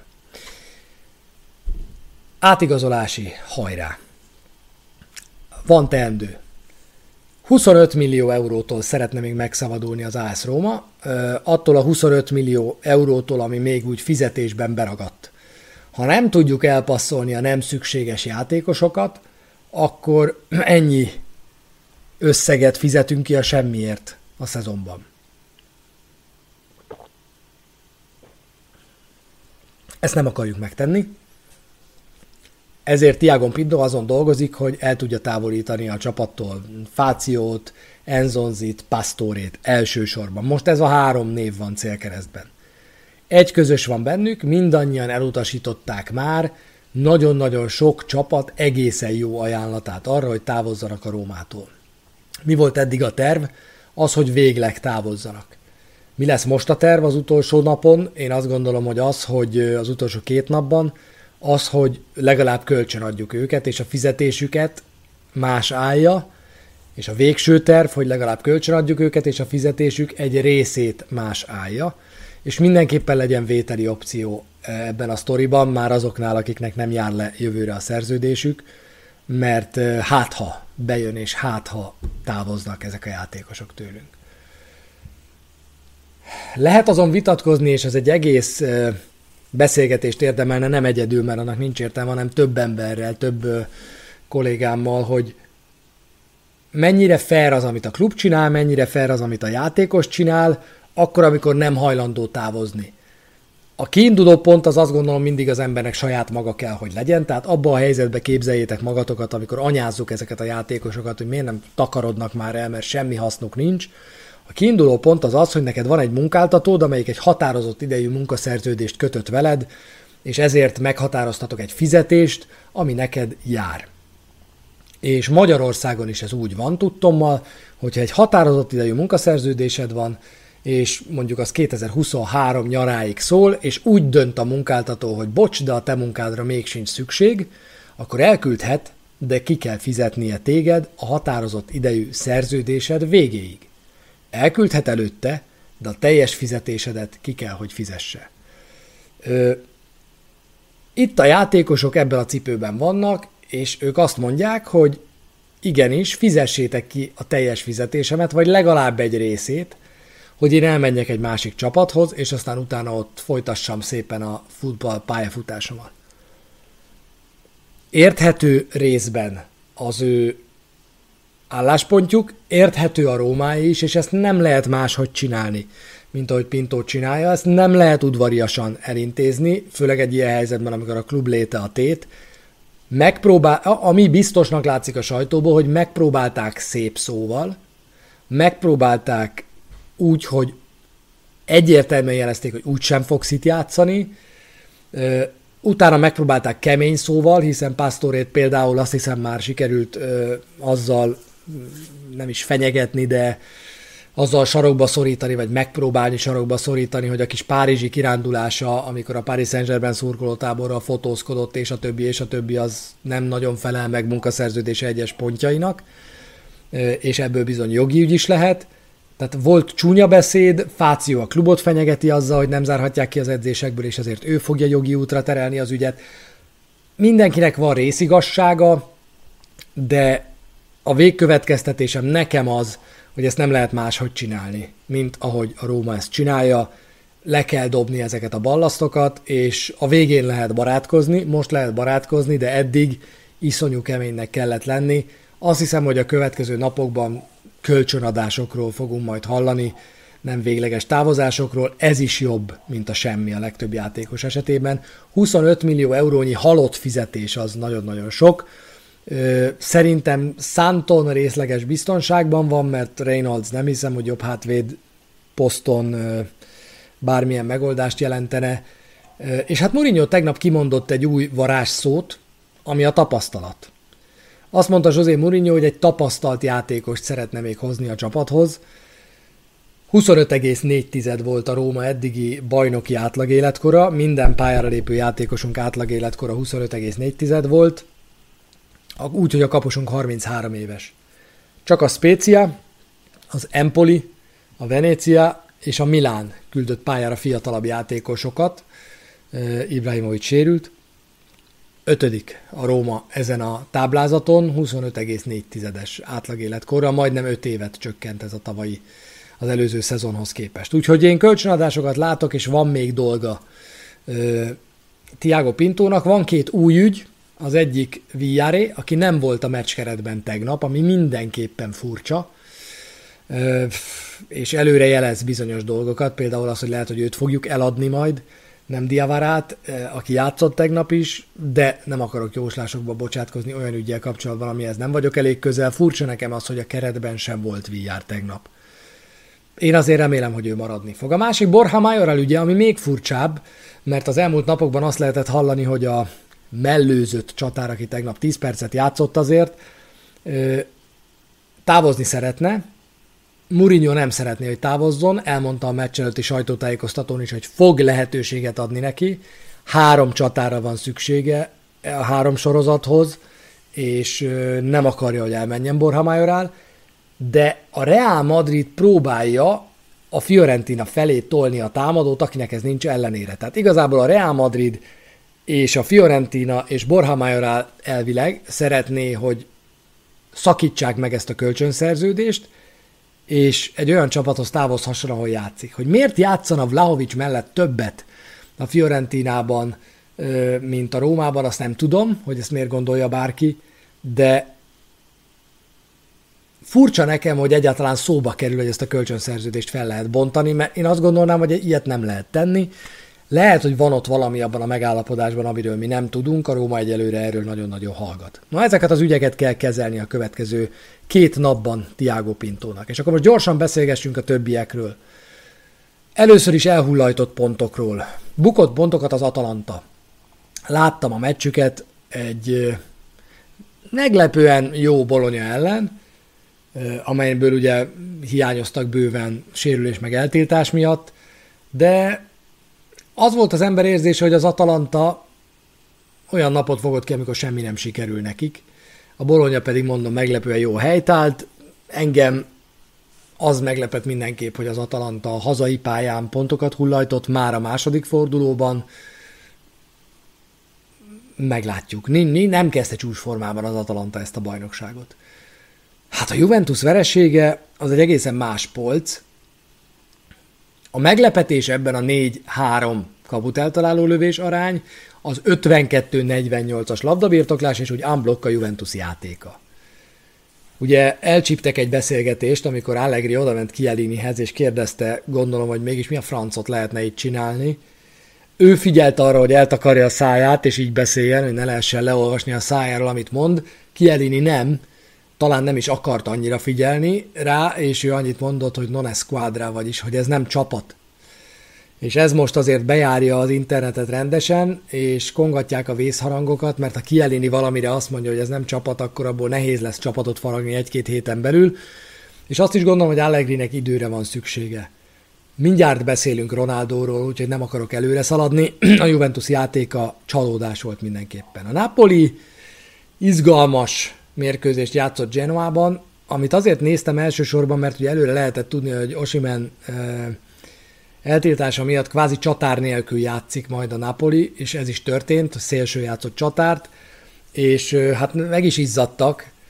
Átigazolási hajrá. Van teendő. huszonöt millió eurótól szeretne még megszabadulni az á es Róma, attól a huszonöt millió eurótól, ami még úgy fizetésben beragadt. Ha nem tudjuk elpasszolni a nem szükséges játékosokat, akkor ennyi összeget fizetünk ki a semmiért a szezonban. Ezt nem akarjuk megtenni, ezért Thiago Pinto azon dolgozik, hogy el tudja távolítani a csapattól Fációt, Enzonzit, Pastorét elsősorban. Most ez a három név van célkeresztben. Egy közös van bennük, mindannyian elutasították már nagyon-nagyon sok csapat egészen jó ajánlatát arra, hogy távozzanak a Rómától. Mi volt eddig a terv? Az, hogy végleg távozzanak. Mi lesz most a terv az utolsó napon? Én azt gondolom, hogy az, hogy az utolsó két napban, az, hogy legalább kölcsön adjuk őket, és a fizetésüket más állja, és a végső terv, hogy legalább kölcsön adjuk őket, és a fizetésük egy részét más állja, és mindenképpen legyen vételi opció ebben a sztoriban, már azoknál, akiknek nem jár le jövőre a szerződésük, mert hátha bejön, és hátha távoznak ezek a játékosok tőlünk. Lehet azon vitatkozni, és ez egy egész beszélgetést érdemelne, nem egyedül, mert annak nincs értelme, hanem több emberrel, több kollégámmal, hogy mennyire fair az, amit a klub csinál, mennyire fair az, amit a játékos csinál, akkor, amikor nem hajlandó távozni. A kiinduló pont az azt gondolom mindig az embernek saját maga kell, hogy legyen, tehát abban a helyzetben képzeljétek magatokat, amikor anyázzuk ezeket a játékosokat, hogy miért nem takarodnak már el, mert semmi hasznuk nincs. A kiinduló pont az az, hogy neked van egy munkáltatód, amelyik egy határozott idejű munkaszerződést kötött veled, és ezért meghatároztatok egy fizetést, ami neked jár. És Magyarországon is ez úgy van tudtommal, hogyha egy határozott idejű munkaszerződésed van, és mondjuk az kétezer-huszonhárom nyaráig szól, és úgy dönt a munkáltató, hogy bocs, de a te munkádra még sincs szükség, akkor elküldhet, de ki kell fizetnie téged a határozott idejű szerződésed végéig. Elküldhet előtte, de a teljes fizetésedet ki kell, hogy fizesse. Ö, itt a játékosok ebben a cipőben vannak, és ők azt mondják, hogy igenis, fizessétek ki a teljes fizetésemet, vagy legalább egy részét, hogy én elmenjek egy másik csapathoz, és aztán utána ott folytassam szépen a futball pályafutásomat. Érthető részben az ő álláspontjuk, érthető a Rómáé is, és ezt nem lehet máshogy csinálni, mint ahogy Pinto csinálja, ezt nem lehet udvariasan elintézni, főleg egy ilyen helyzetben, amikor a klub léte a tét. Megpróbál, ami biztosnak látszik a sajtóból, hogy megpróbálták szép szóval, megpróbálták úgy, hogy egyértelműen jelezték, hogy úgysem fogsz itt játszani, utána megpróbálták kemény szóval, hiszen Pastorét például azt hiszem már sikerült azzal nem is fenyegetni, de azzal sarokba szorítani, vagy megpróbálni sarokba szorítani, hogy a kis párizsi kirándulása, amikor a Paris Saint-Germain szurkolótáborral fotózkodott, és a többi, és a többi, az nem nagyon felel meg munkaszerződése egyes pontjainak, és ebből bizony jogi ügy is lehet. Tehát volt csúnya beszéd, Fáció a klubot fenyegeti azzal, hogy nem zárhatják ki az edzésekből, és ezért ő fogja jogi útra terelni az ügyet. Mindenkinek van részigazsága, de a végkövetkeztetésem nekem az, hogy ezt nem lehet máshogy csinálni, mint ahogy a Róma ezt csinálja. Le kell dobni ezeket a ballasztokat, és a végén lehet barátkozni, most lehet barátkozni, de eddig iszonyú keménynek kellett lenni. Azt hiszem, hogy a következő napokban kölcsönadásokról fogunk majd hallani, nem végleges távozásokról, ez is jobb, mint a semmi a legtöbb játékos esetében. huszonöt millió eurónyi halott fizetés az nagyon-nagyon sok. Szerintem Santon részleges biztonságban van, mert Reynolds nem hiszem, hogy jobb hátvéd poszton bármilyen megoldást jelentene. És hát Mourinho tegnap kimondott egy új varázsszót, ami a tapasztalat. Azt mondta José Mourinho, hogy egy tapasztalt játékost szeretne még hozni a csapathoz. huszonöt egész négy volt a Róma eddigi bajnoki átlagéletkora, minden pályára lépő játékosunk átlagéletkora huszonöt egész négy volt, úgy, hogy a kapusunk harminchárom éves. Csak a Spezia, az Empoli, a Venezia és a Milán küldött pályára fiatalabb játékosokat, Ibrahimovic sérült. Ötödik a Róma ezen a táblázaton, huszonöt egész négy átlagéletkorra, majdnem öt évet csökkent ez a tavalyi az előző szezonhoz képest. Úgyhogy én kölcsönadásokat látok, és van még dolga ö, Thiago Pintónak. Van két új ügy, az egyik Villaré, aki nem volt a meccskeretben tegnap, ami mindenképpen furcsa, ö, és előre jelez bizonyos dolgokat, például az, hogy lehet, hogy őt fogjuk eladni majd, nem Diavarát, aki játszott tegnap is, de nem akarok jóslásokba bocsátkozni olyan üggyel kapcsolatban, amihez nem vagyok elég közel. Furcsa nekem az, hogy a keretben sem volt Villar tegnap. Én azért remélem, hogy ő maradni fog. A másik Borja Mayoral ügye, ami még furcsább, mert az elmúlt napokban azt lehetett hallani, hogy a mellőzött csatár, aki tegnap tíz percet játszott azért, távozni szeretne. Mourinho nem szeretné, hogy távozzon, elmondta a meccs előtti sajtótájékoztatón is, hogy fog lehetőséget adni neki. Három csatára van szüksége a három sorozathoz, és nem akarja, hogy elmenjen Borja Mayoral, de a Real Madrid próbálja a Fiorentina felé tolni a támadót, akinek ez nincs ellenére. Tehát igazából a Real Madrid és a Fiorentina és Borja Mayoral elvileg szeretné, hogy szakítsák meg ezt a kölcsönszerződést, és egy olyan csapathoz távozhasson, ahol játszik. Hogy miért játszana Vlahovic mellett többet a Fiorentinában, mint a Rómában, azt nem tudom, hogy ezt miért gondolja bárki, de furcsa nekem, hogy egyáltalán szóba kerül, hogy ezt a kölcsönszerződést fel lehet bontani, mert én azt gondolnám, hogy ilyet nem lehet tenni. Lehet, hogy van ott valami abban a megállapodásban, amiről mi nem tudunk, a Róma egyelőre erről nagyon-nagyon hallgat. Na, ezeket az ügyeket kell kezelni a következő két napban Thiago Pintónak. És akkor most gyorsan beszélgessünk a többiekről. Először is elhullajtott pontokról. Bukott pontokat az Atalanta. Láttam a meccsüket egy meglepően jó Bologna ellen, amelyből ugye hiányoztak bőven sérülés meg eltiltás miatt, de az volt az ember érzése, hogy az Atalanta olyan napot fogott ki, amikor semmi nem sikerül nekik. A Bologna pedig, mondom, meglepően jó helytált. Engem az meglepett mindenképp, hogy az Atalanta a hazai pályán pontokat hullajtott már a második fordulóban. Meglátjuk. Nem kezdte csúcsformában az Atalanta ezt a bajnokságot. Hát a Juventus veresége az egy egészen más polc. A meglepetés ebben a négy három kaput eltaláló lövés arány, az ötvenkettő negyvennyolcas labdabirtoklás, és úgy unblock a Juventus játéka. Ugye elcsíptek egy beszélgetést, amikor Allegri odament Chiellinihez, és kérdezte, gondolom, hogy mégis mi a francot lehetne itt csinálni. Ő figyelt arra, hogy eltakarja a száját, és így beszéljen, hogy ne lehessen leolvasni a szájáról, amit mond. Chiellini nem, talán nem is akart annyira figyelni rá, és ő annyit mondott, hogy non è squadra, vagyis, hogy ez nem csapat. És ez most azért bejárja az internetet rendesen, és kongatják a vészharangokat, mert ha Chiellini valamire azt mondja, hogy ez nem csapat, akkor abból nehéz lesz csapatot faragni egy-két héten belül, és azt is gondolom, hogy Allegrinek időre van szüksége. Mindjárt beszélünk Ronaldóról, úgyhogy nem akarok előre szaladni, a Juventus játéka csalódás volt mindenképpen. A Napoli izgalmas mérkőzést játszott Genoában, amit azért néztem elsősorban, mert ugye előre lehetett tudni, hogy Osimhen eltiltása miatt kvázi csatár nélkül játszik majd a Napoli, és ez is történt, szélső játszott csatárt, és hát meg is izzadtak,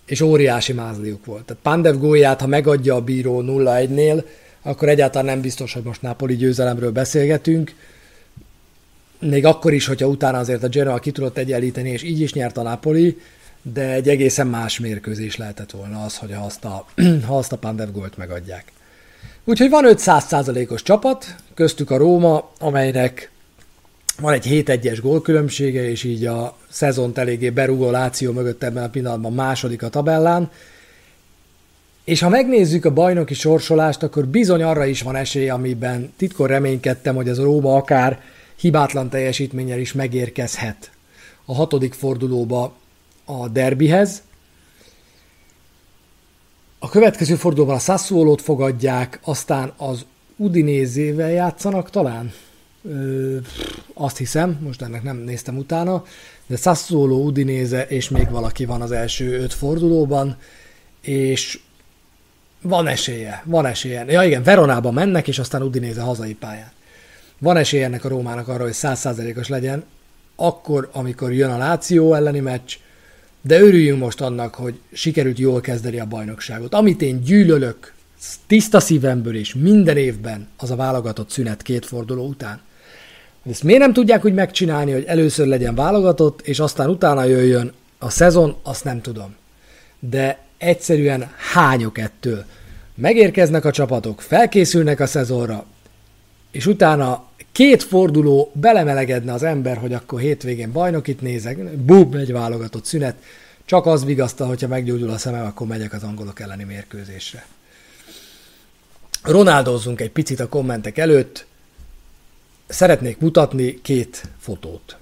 és óriási mázliuk volt. Tehát Pandev gólját, ha megadja a bíró nulla egynél, akkor egyáltalán nem biztos, hogy most Napoli győzelemről beszélgetünk. Még akkor is, hogyha utána azért a Genoa ki tudott egyenlíteni, és így is nyert a Napoli, de egy egészen más mérkőzés lehetett volna az, hogy ha azt a, ha azt a Pandev gólt megadják. Úgyhogy van öt száz százalékos csapat, köztük a Róma, amelynek van egy hét egyes gólkülönbsége, és így a szezont eléggé berúgó Láció mögött ebben a pillanatban második a tabellán. És ha megnézzük a bajnoki sorsolást, akkor bizony arra is van esély, amiben titkon reménykedtem, hogy az Róma akár hibátlan teljesítménnyel is megérkezhet a hatodik fordulóba a derbihez. A következő fordulóban a Sassuolót fogadják, aztán az Udinézével játszanak talán? Ö, azt hiszem, most ennek nem néztem utána, de Sassuolo, Udinéze és még valaki van az első öt fordulóban, és van esélye, van esélye. Ja igen, Veronába mennek, és aztán Udinéze hazai pályán. Van esélye ennek a Rómának arra, hogy száz százalékos legyen, akkor, amikor jön a Láció elleni meccs, de örüljünk most annak, hogy sikerült jól kezdeni a bajnokságot. Amit én gyűlölök tiszta szívemből és minden évben, az a válogatott szünet két forduló után. Ezt miért nem tudják úgy megcsinálni, hogy először legyen válogatott, és aztán utána jöjjön a szezon, azt nem tudom. De egyszerűen hányok ettől. Megérkeznek a csapatok, felkészülnek a szezonra, és utána két forduló belemelegedne az ember, hogy akkor hétvégén bajnokit nézek, bum, egy válogatott szünet, csak az vigasztal, hogyha meggyógyul a szemem, akkor megyek az angolok elleni mérkőzésre. Ronaldozzunk egy picit a kommentek előtt, szeretnék mutatni két fotót.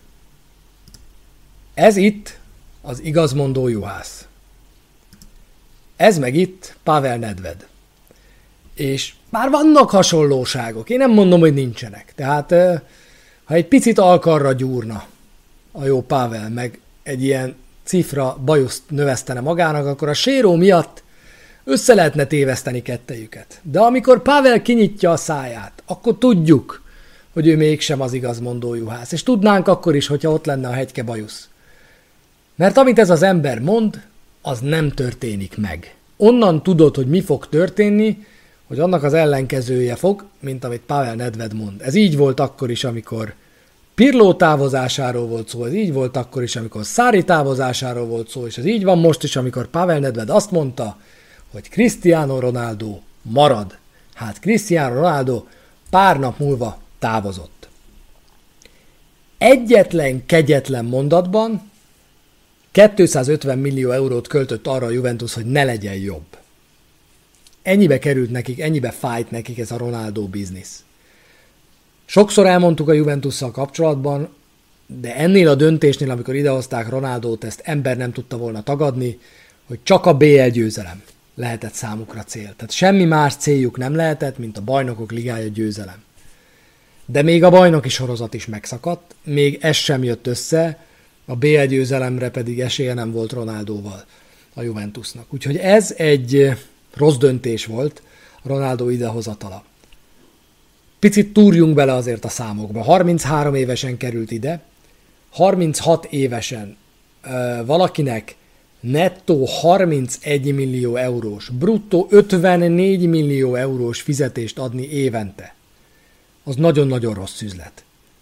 Ez itt az igazmondó juhász. Ez meg itt Pavel Nedved. És már vannak hasonlóságok, én nem mondom, hogy nincsenek. Tehát, ha egy picit alkarra gyúrna a jó Pavel, meg egy ilyen cifra bajuszt növesztene magának, akkor a séró miatt össze lehetne téveszteni kettejüket. De amikor Pavel kinyitja a száját, akkor tudjuk, hogy ő mégsem az igazmondó juhász. És tudnánk akkor is, hogyha ott lenne a hegyke bajusz. Mert amit ez az ember mond, az nem történik meg. Onnan tudod, hogy mi fog történni, hogy annak az ellenkezője fog, mint amit Pavel Nedved mond. Ez így volt akkor is, amikor Pirlo távozásáról volt szó, ez így volt akkor is, amikor Sarri távozásáról volt szó, és ez így van most is, amikor Pavel Nedved azt mondta, hogy Cristiano Ronaldo marad. Hát Cristiano Ronaldo pár nap múlva távozott. Egyetlen kegyetlen mondatban kétszázötven millió eurót költött arra a Juventus, hogy ne legyen jobb. Ennyibe került nekik, ennyibe fájt nekik ez a Ronaldo biznisz. Sokszor elmondtuk a Juventusszal kapcsolatban, de ennél a döntésnél, amikor idehozták Ronaldót, ezt ember nem tudta volna tagadni, hogy csak a bé el győzelem lehetett számukra cél. Tehát semmi más céljuk nem lehetett, mint a Bajnokok Ligája győzelem. De még a bajnoki sorozat is megszakadt, még ez sem jött össze, a bé el győzelemre pedig esélye nem volt Ronaldóval a Juventusnak. Úgyhogy ez egy rossz döntés volt, Ronaldo idehozatala. Picit túrjunk bele azért a számokba. harminchárom évesen került ide, harminchat évesen ö, valakinek nettó harmincegy millió eurós, bruttó ötvennégy millió eurós fizetést adni évente. Az nagyon-nagyon rossz üzlet.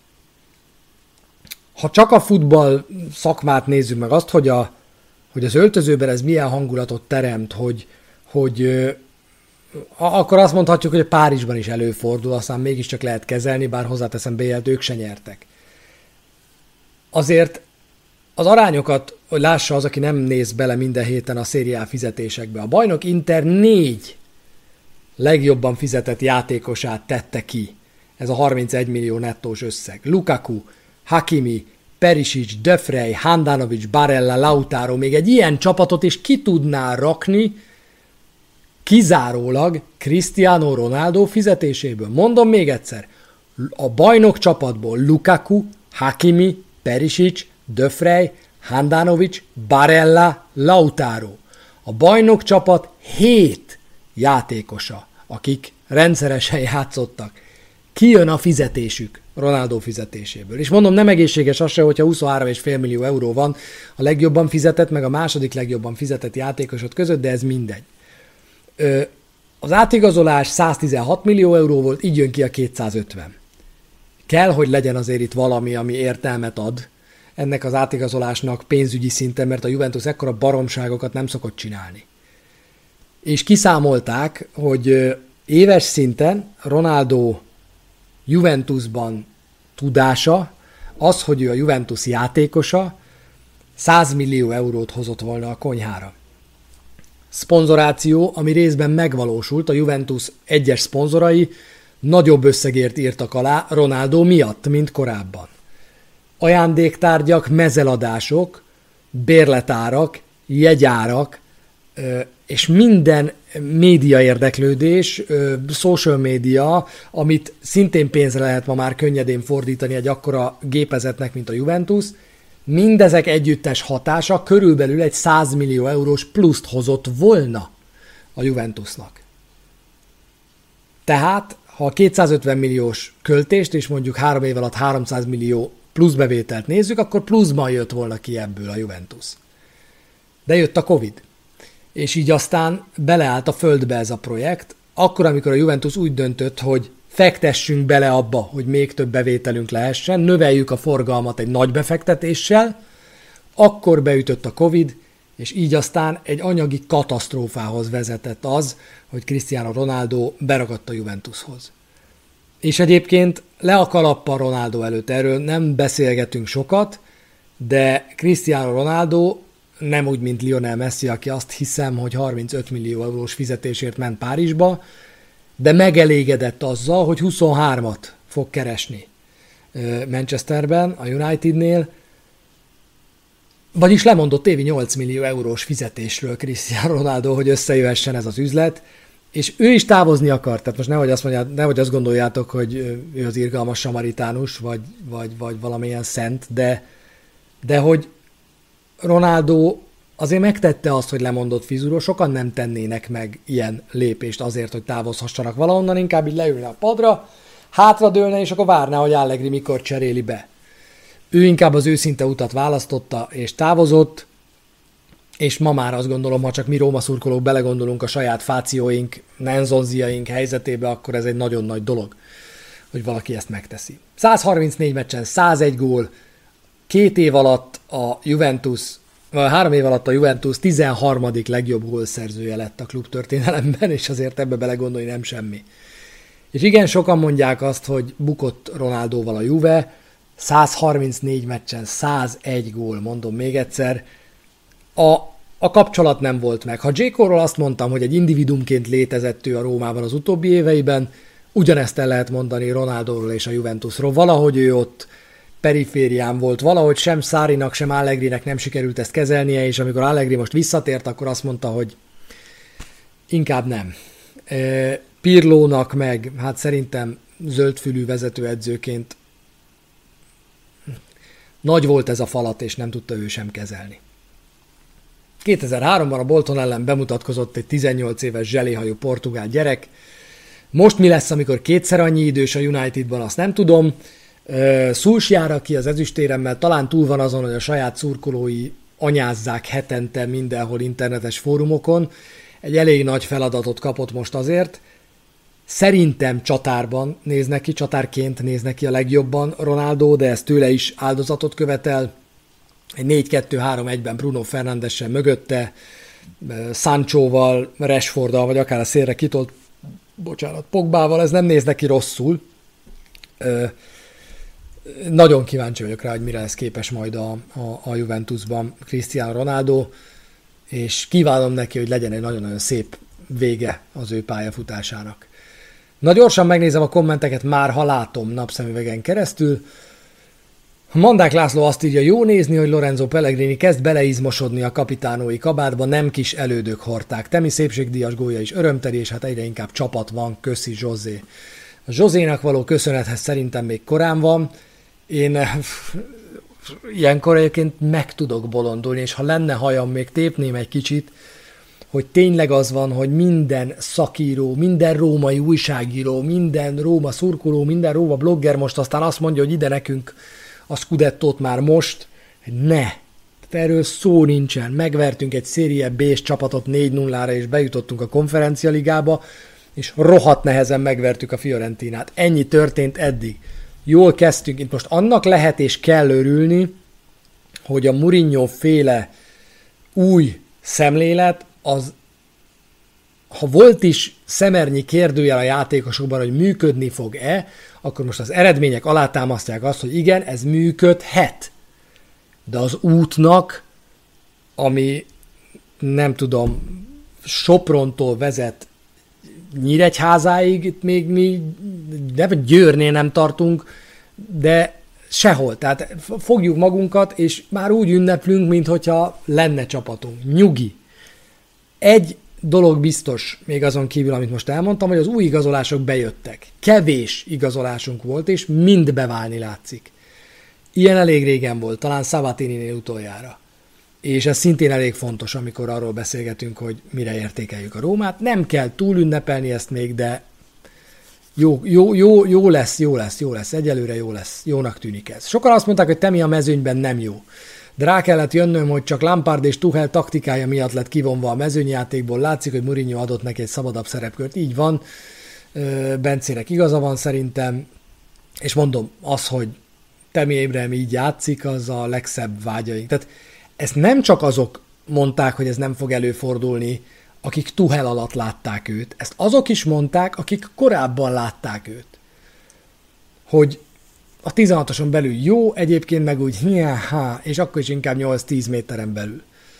Ha csak a futball szakmát nézzük meg, azt, hogy, a, hogy az öltözőben ez milyen hangulatot teremt, hogy, hogy ö, akkor azt mondhatjuk, hogy a Párizsban is előfordul, aztán mégiscsak lehet kezelni, bár hozzáteszem, bé el-t ők se nyertek. Azért az arányokat, hogy lássa az, aki nem néz bele minden héten a Serie A fizetésekbe. A bajnok Inter négy legjobban fizetett játékosát tette ki. Ez a harmincegy millió nettós összeg. Lukaku, Hakimi, Perisic, De Vrij, Handanovic, Barella, Lautaro, még egy ilyen csapatot is ki tudná rakni kizárólag Cristiano Ronaldo fizetéséből. Mondom még egyszer, a bajnok csapatból Lukaku, Hakimi, Perisic, De Vrij, Handanovic, Barella, Lautaro. A bajnok csapat hét játékosa, akik rendszeresen játszottak, kijön a fizetésük Ronaldo fizetéséből. És mondom, nem egészséges az se, hogyha huszonhárom egész öt millió euró van a legjobban fizetett, meg a második legjobban fizetett játékosod között, de ez mindegy. Ö, az átigazolás száztizenhat millió euró volt, így jön ki a kétszázötven. Kell, hogy legyen azért itt valami, ami értelmet ad ennek az átigazolásnak pénzügyi szinten, mert a Juventus ekkora baromságokat nem szokott csinálni. És kiszámolták, hogy éves szinten Ronaldo Juventusban tudása, az, hogy ő a Juventus játékosa, száz millió eurót hozott volna a konyhára. Szponzoráció, ami részben megvalósult, a Juventus egyes szponzorai nagyobb összegért írtak alá Ronaldo miatt, mint korábban. Ajándéktárgyak, mezeladások, bérletárak, jegyárak, és minden média érdeklődés, social média, amit szintén pénzre lehet ma már könnyedén fordítani egy akkora gépezetnek, mint a Juventus, mindezek együttes hatása körülbelül egy száz millió eurós pluszt hozott volna a Juventusnak. Tehát, ha a kétszázötven milliós költést és mondjuk három év alatt háromszáz millió plusz bevételt nézzük, akkor pluszban jött volna ki ebből a Juventus. De jött a Covid. És így aztán beleállt a földbe ez a projekt, akkor, amikor a Juventus úgy döntött, hogy fektessünk bele abba, hogy még több bevételünk lehessen, növeljük a forgalmat egy nagy befektetéssel, akkor beütött a Covid, és így aztán egy anyagi katasztrófához vezetett az, hogy Cristiano Ronaldo beragadt a Juventushoz. És egyébként le a kalappal Ronaldo előtt, erről nem beszélgetünk sokat, de Cristiano Ronaldo nem úgy, mint Lionel Messi, aki azt hiszem, hogy harmincöt millió eurós fizetésért ment Párizsba, de megelégedett azzal, hogy huszonhármat fog keresni Manchesterben, a Unitednél, vagyis lemondott évi nyolc millió eurós fizetésről Cristiano Ronaldo, hogy összejöhessen ez az üzlet, és ő is távozni akart, tehát most nehogy azt, mondját, nehogy azt gondoljátok, hogy ő az irgalmas samaritánus, vagy, vagy, vagy valamilyen szent, de, de hogy Ronaldo azért megtette azt, hogy lemondott fizúról, sokan nem tennének meg ilyen lépést azért, hogy távozhassanak valahonnan, inkább így leülne a padra, hátradőlne, és akkor várná, hogy Allegri mikor cseréli be. Ő inkább az őszinte utat választotta, és távozott, és ma már azt gondolom, ha csak mi Róma szurkolók belegondolunk a saját fációink, nenzonziaink helyzetébe, akkor ez egy nagyon nagy dolog, hogy valaki ezt megteszi. száz harmincnégy meccsen százegy gól, két év alatt a Juventus, vagy három év alatt a Juventus tizenharmadik legjobb gólszerzője lett a klub történelemben, és azért ebbe belegondolni nem semmi. És igen, sokan mondják azt, hogy bukott Ronaldóval a Juve, száz harmincnégy meccsen százegy gól, mondom még egyszer, a, a kapcsolat nem volt meg. Ha Dzsékóról azt mondtam, hogy egy individumként létezett ő a Rómában az utóbbi éveiben, ugyanezt el lehet mondani Ronaldóról és a Juventusról. Valahogy ő ott periférián volt, valahogy sem Sarrinak, sem Allegrinek nem sikerült ezt kezelnie, és amikor Allegri most visszatért, akkor azt mondta, hogy inkább nem. Pirlónak meg, hát szerintem zöldfülű vezetőedzőként nagy volt ez a falat, és nem tudta ő sem kezelni. kétezer-háromban a Bolton ellen bemutatkozott egy tizennyolc éves zseléhajú portugál gyerek. Most mi lesz, amikor kétszer annyi idős a Unitedban, azt nem tudom. Solskjaer, aki az ezüstéremmel talán túl van azon, hogy a saját szurkolói anyázzák hetente mindenhol internetes fórumokon. Egy elég nagy feladatot kapott most azért. Szerintem csatárban néz neki, csatárként néz neki a legjobban Ronaldo, de ez tőle is áldozatot követel. Egy négy kettő három egyben Bruno Fernandessel mögötte, Sanchoval, Rashforddal, vagy akár a szélre kitolt, bocsánat, Pogbával, ez nem néz neki rosszul. Ö, nagyon kíváncsi vagyok rá, hogy mire lesz képes majd a, a, a Juventusban Cristiano Ronaldo, és kívánom neki, hogy legyen egy nagyon-nagyon szép vége az ő pályafutásának. Na gyorsan megnézem a kommenteket, már ha látom napszemüvegen keresztül. Mandák László azt írja, jó nézni, hogy Lorenzo Pellegrini kezd beleizmosodni a kapitánói kabátba, nem kis elődök hordták. Temi szépségdíjas gólja is örömteli, és hát egyre inkább csapat van, köszi Zsozé. A Zsozénak való köszönethez szerintem még korán van. Én ilyenkor egyébként meg tudok bolondulni, és ha lenne hajam, még tépném egy kicsit, hogy tényleg az van, hogy minden szakíró, minden római újságíró, minden Róma szurkoló, minden Róma blogger most aztán azt mondja, hogy ide nekünk a Scudettót már most, ne. Erről szó nincsen. Megvertünk egy Serie B-s csapatot négy nullára, és bejutottunk a Konferencia Ligába, és rohadt nehezen megvertük a Fiorentinát. Ennyi történt eddig. Jól kezdtünk. Itt most annak lehet és kell örülni, hogy a Mourinho féle új szemlélet, az, ha volt is szemernyi kérdőjel a játékosokban, hogy működni fog-e, akkor most az eredmények alátámasztják azt, hogy igen, ez működhet. De az útnak, ami nem tudom, Soprontól vezet Nyíregyházáig, itt még mi nem Győrnél nem tartunk, de sehol. Tehát fogjuk magunkat, és már úgy ünneplünk, minthogyha lenne csapatunk. Nyugi. Egy dolog biztos, még azon kívül, amit most elmondtam, hogy az új igazolások bejöttek. Kevés igazolásunk volt, és mind beválni látszik. Ilyen elég régen volt, talán Sabatininél utoljára. És ez szintén elég fontos, amikor arról beszélgetünk, hogy mire értékeljük a Rómát. Nem kell túl ünnepelni ezt még, de jó, jó, jó, jó lesz, jó lesz, jó lesz. Egyelőre jó lesz. Jónak tűnik ez. Sokan azt mondták, hogy Temi a mezőnyben nem jó. De rá kellett jönnöm, hogy csak Lampard és Tuchel taktikája miatt lett kivonva a mezőnyjátékból. Látszik, hogy Mourinho adott neki egy szabadabb szerepkört. Így van. Bencének igaza van szerintem. És mondom, az, hogy Temi Abraham így játszik, az a legszebb vágyaink. Tehát ezt nem csak azok mondták, hogy ez nem fog előfordulni, akik Tuchel alatt látták őt. Ezt azok is mondták, akik korábban látták őt. Hogy a tizenhatoson belül jó, egyébként meg úgy hiá, és akkor is inkább nyolc-tíz méteren belül.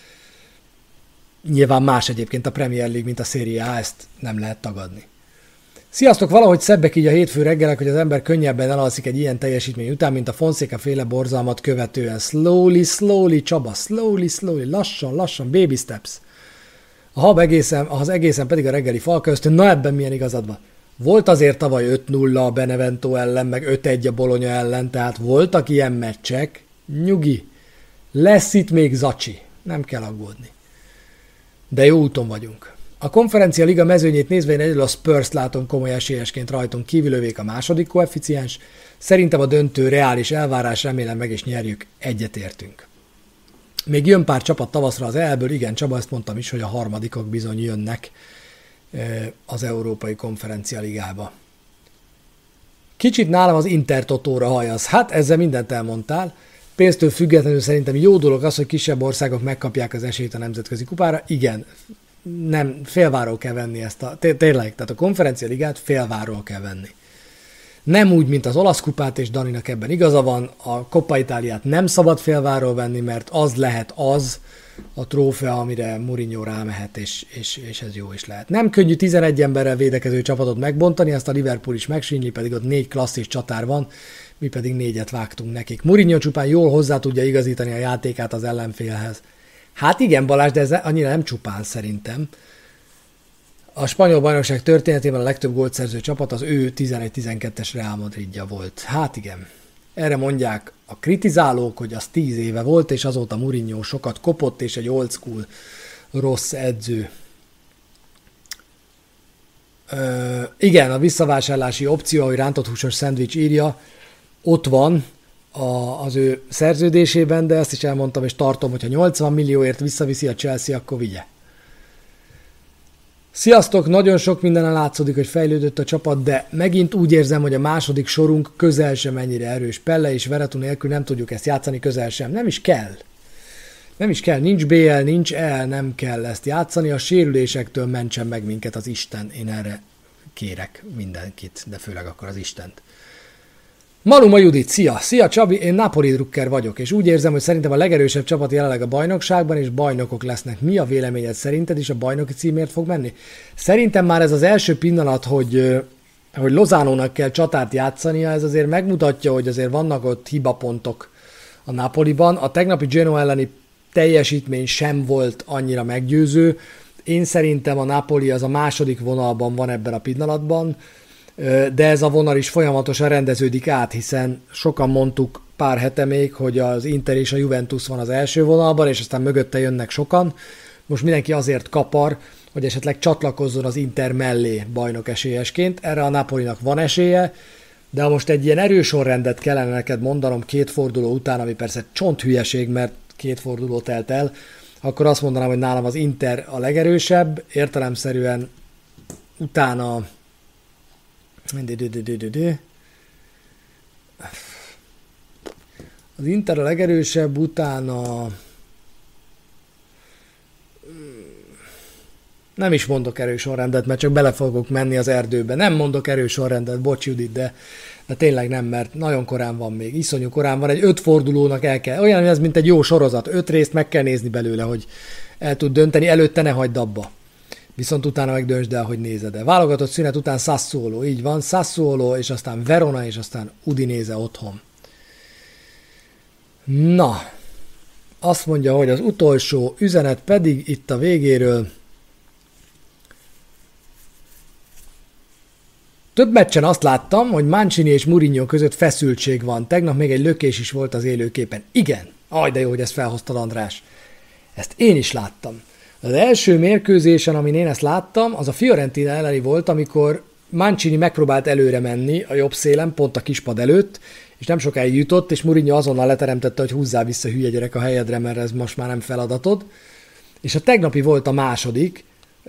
Nyilván más egyébként a Premier League, mint a Serie A, ezt nem lehet tagadni. Sziasztok, valahogy szebbek így a hétfő reggelek, hogy az ember könnyebben elalszik egy ilyen teljesítmény után, mint a Fonseca féle borzalmat követően. Slowly, slowly, Csaba, slowly, slowly, lassan, lassan, baby steps. A hab egészen, az egészen pedig a reggeli falköztön, na ebben milyen igazad van. Volt azért tavaly öt nulla a Benevento ellen, meg öt egy a Bologna ellen, tehát voltak ilyen meccsek. Nyugi, lesz itt még zacsi, nem kell aggódni. De jó úton vagyunk. A Konferencia Liga mezőnyét nézve én egyedül a Spurs-t látom komoly esélyesként rajtunk, kívülövék a második koeficiens. Szerintem a döntő reális elvárás, remélem meg is nyerjük, egyetértünk. Még jön pár csapat tavaszra az é el-ből, igen, Csaba, ezt mondtam is, hogy a harmadikok bizony jönnek az Európai Konferencia Ligába. Kicsit nálam az Intertotóra hajaz. Hát ezzel mindent elmondtál. Pénztől függetlenül szerintem jó dolog az, hogy kisebb országok megkapják az esélyt a nemzetközi kupára. Igen, nem, félváról kell venni ezt a... Tényleg, tehát a Konferencia Ligát félváról kell venni. Nem úgy, mint az olasz kupát, és Daninak ebben igaza van, a Coppa Itáliát nem szabad félváról venni, mert az lehet az a trófea, amire Mourinho rámehet, és, és, és ez jó is lehet. Nem könnyű tizenegy emberrel védekező csapatot megbontani, ezt a Liverpool is megsínli, pedig ott négy klasszis csatár van, mi pedig négyet vágtunk nekik. Mourinho csupán jól hozzá tudja igazítani a játékát az ellenfélhez. Hát igen, Balázs, de ez annyira nem csupán szerintem. A spanyol bajnokság történetében a legtöbb gólt szerző csapat az ő tizenegy-tizenkettes Real Madridja volt. Hát igen. Erre mondják a kritizálók, hogy az tíz éve volt, és azóta Mourinho sokat kopott, és egy old school rossz edző. Ö, igen, a visszavásárlási opció, ahogy rántott húsos szendvics írja, ott van a, az ő szerződésében, de ezt is elmondtam, és tartom, hogyha nyolcvan millióért visszaviszi a Chelsea, akkor vigye. Sziasztok, nagyon sok mindenen látszódik, hogy fejlődött a csapat, de megint úgy érzem, hogy a második sorunk közel sem ennyire erős. Pelle és Veretu nélkül nem tudjuk ezt játszani, közel sem. Nem is kell. Nem is kell, nincs bé el, nincs el, nem kell ezt játszani. A sérülésektől mentsen meg minket az Isten. Én erre kérek mindenkit, de főleg akkor az Istent. Maluma Judit, szia! Szia Csabi, én Napoli drukker vagyok, és úgy érzem, hogy szerintem a legerősebb csapat jelenleg a bajnokságban, és bajnokok lesznek. Mi a véleményed szerinted, és a bajnoki címért fog menni? Szerintem már ez az első pillanat, hogy, hogy Lozánónak kell csatárt játszania, ez azért megmutatja, hogy azért vannak ott hibapontok a Napoliban. A tegnapi Genoa elleni teljesítmény sem volt annyira meggyőző. Én szerintem a Napoli az a második vonalban van ebben a pillanatban, de ez a vonal is folyamatosan rendeződik át, hiszen sokan mondtuk pár hete még, hogy az Inter és a Juventus van az első vonalban, és aztán mögötte jönnek sokan. most mindenki azért kapar, hogy esetleg csatlakozzon az Inter mellé bajnok esélyesként. Erre a Napolinak van esélye, de ha most egy ilyen erősorrendet kellene neked mondanom két forduló után, ami persze csonthülyeség, mert két forduló telt el, akkor azt mondanám, hogy nálam az Inter a legerősebb, értelemszerűen utána az Inter a legerősebb, utána nem is mondok erősorrendet, mert csak bele fogok menni az erdőbe. Nem mondok erősorrendet, bocs Judit, de, de tényleg nem, mert nagyon korán van még. Iszonyú korán van, egy öt fordulónak el kell. Olyan, ez mint egy jó sorozat. Öt részt meg kell nézni belőle, hogy el tud dönteni. Előtte ne hagyd abba. Viszont utána meg döntsd el, hogy nézed el. Válogatott szünet után Sassuolo, így van. Sassuolo, és aztán Verona, és aztán Udinese otthon. Na, azt mondja, hogy az utolsó üzenet pedig itt a végéről. Több meccsen azt láttam, hogy Mancini és Mourinho között feszültség van. Tegnap még egy lökés is volt az élőképen. Igen, aj, de jó, hogy ezt felhoztad, András. Ezt én is láttam. Az első mérkőzésen, amin én ezt láttam, az a Fiorentina elleni volt, amikor Mancini megpróbált előre menni a jobb szélen, pont a kispad előtt, és nem sokáig jutott, és Mourinho azonnal leteremtette, hogy húzzál vissza, hülye gyerek, a helyedre, mert ez most már nem feladatod. És a tegnapi volt a második.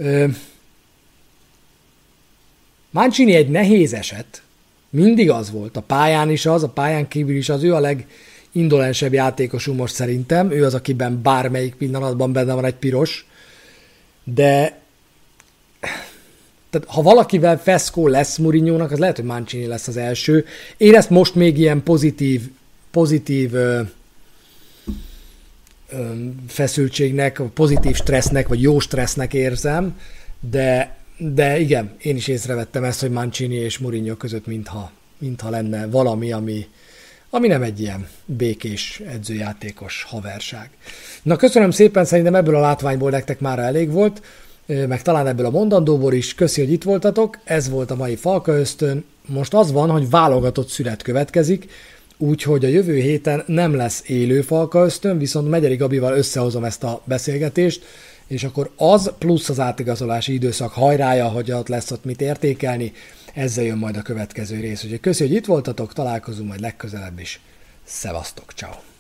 Mancini egy nehéz eset, mindig az volt, a pályán is az, a pályán kívül is az, ő a legindolensebb játékosunk most szerintem, ő az, akiben bármelyik pillanatban benne van egy piros, de tehát, ha valakivel feszkó lesz Mourinho-nak, az lehet, hogy Mancini lesz az első. Én ezt most még ilyen pozitív, pozitív ö, ö, feszültségnek, pozitív stressznek, vagy jó stressznek érzem, de De igen, én is észrevettem ezt, hogy Mancini és Mourinho között mintha, mintha lenne valami, ami, ami nem egy ilyen békés edzőjátékos haverság. Na köszönöm szépen, szerintem ebből a látványból nektek már elég volt, meg talán ebből a mondandóból is. Köszi, hogy itt voltatok, ez volt a mai Falka Ösztön. Most az van, hogy válogatott szünet következik, úgyhogy a jövő héten nem lesz élő Falka Ösztön, viszont Megyeri Gabival összehozom ezt a beszélgetést, és akkor az plusz az átigazolási időszak hajrája, hogy ott lesz ott mit értékelni, ezzel jön majd a következő rész. Úgyhogy köszi, hogy itt voltatok, találkozunk majd legközelebb is. Szevasztok, ciao.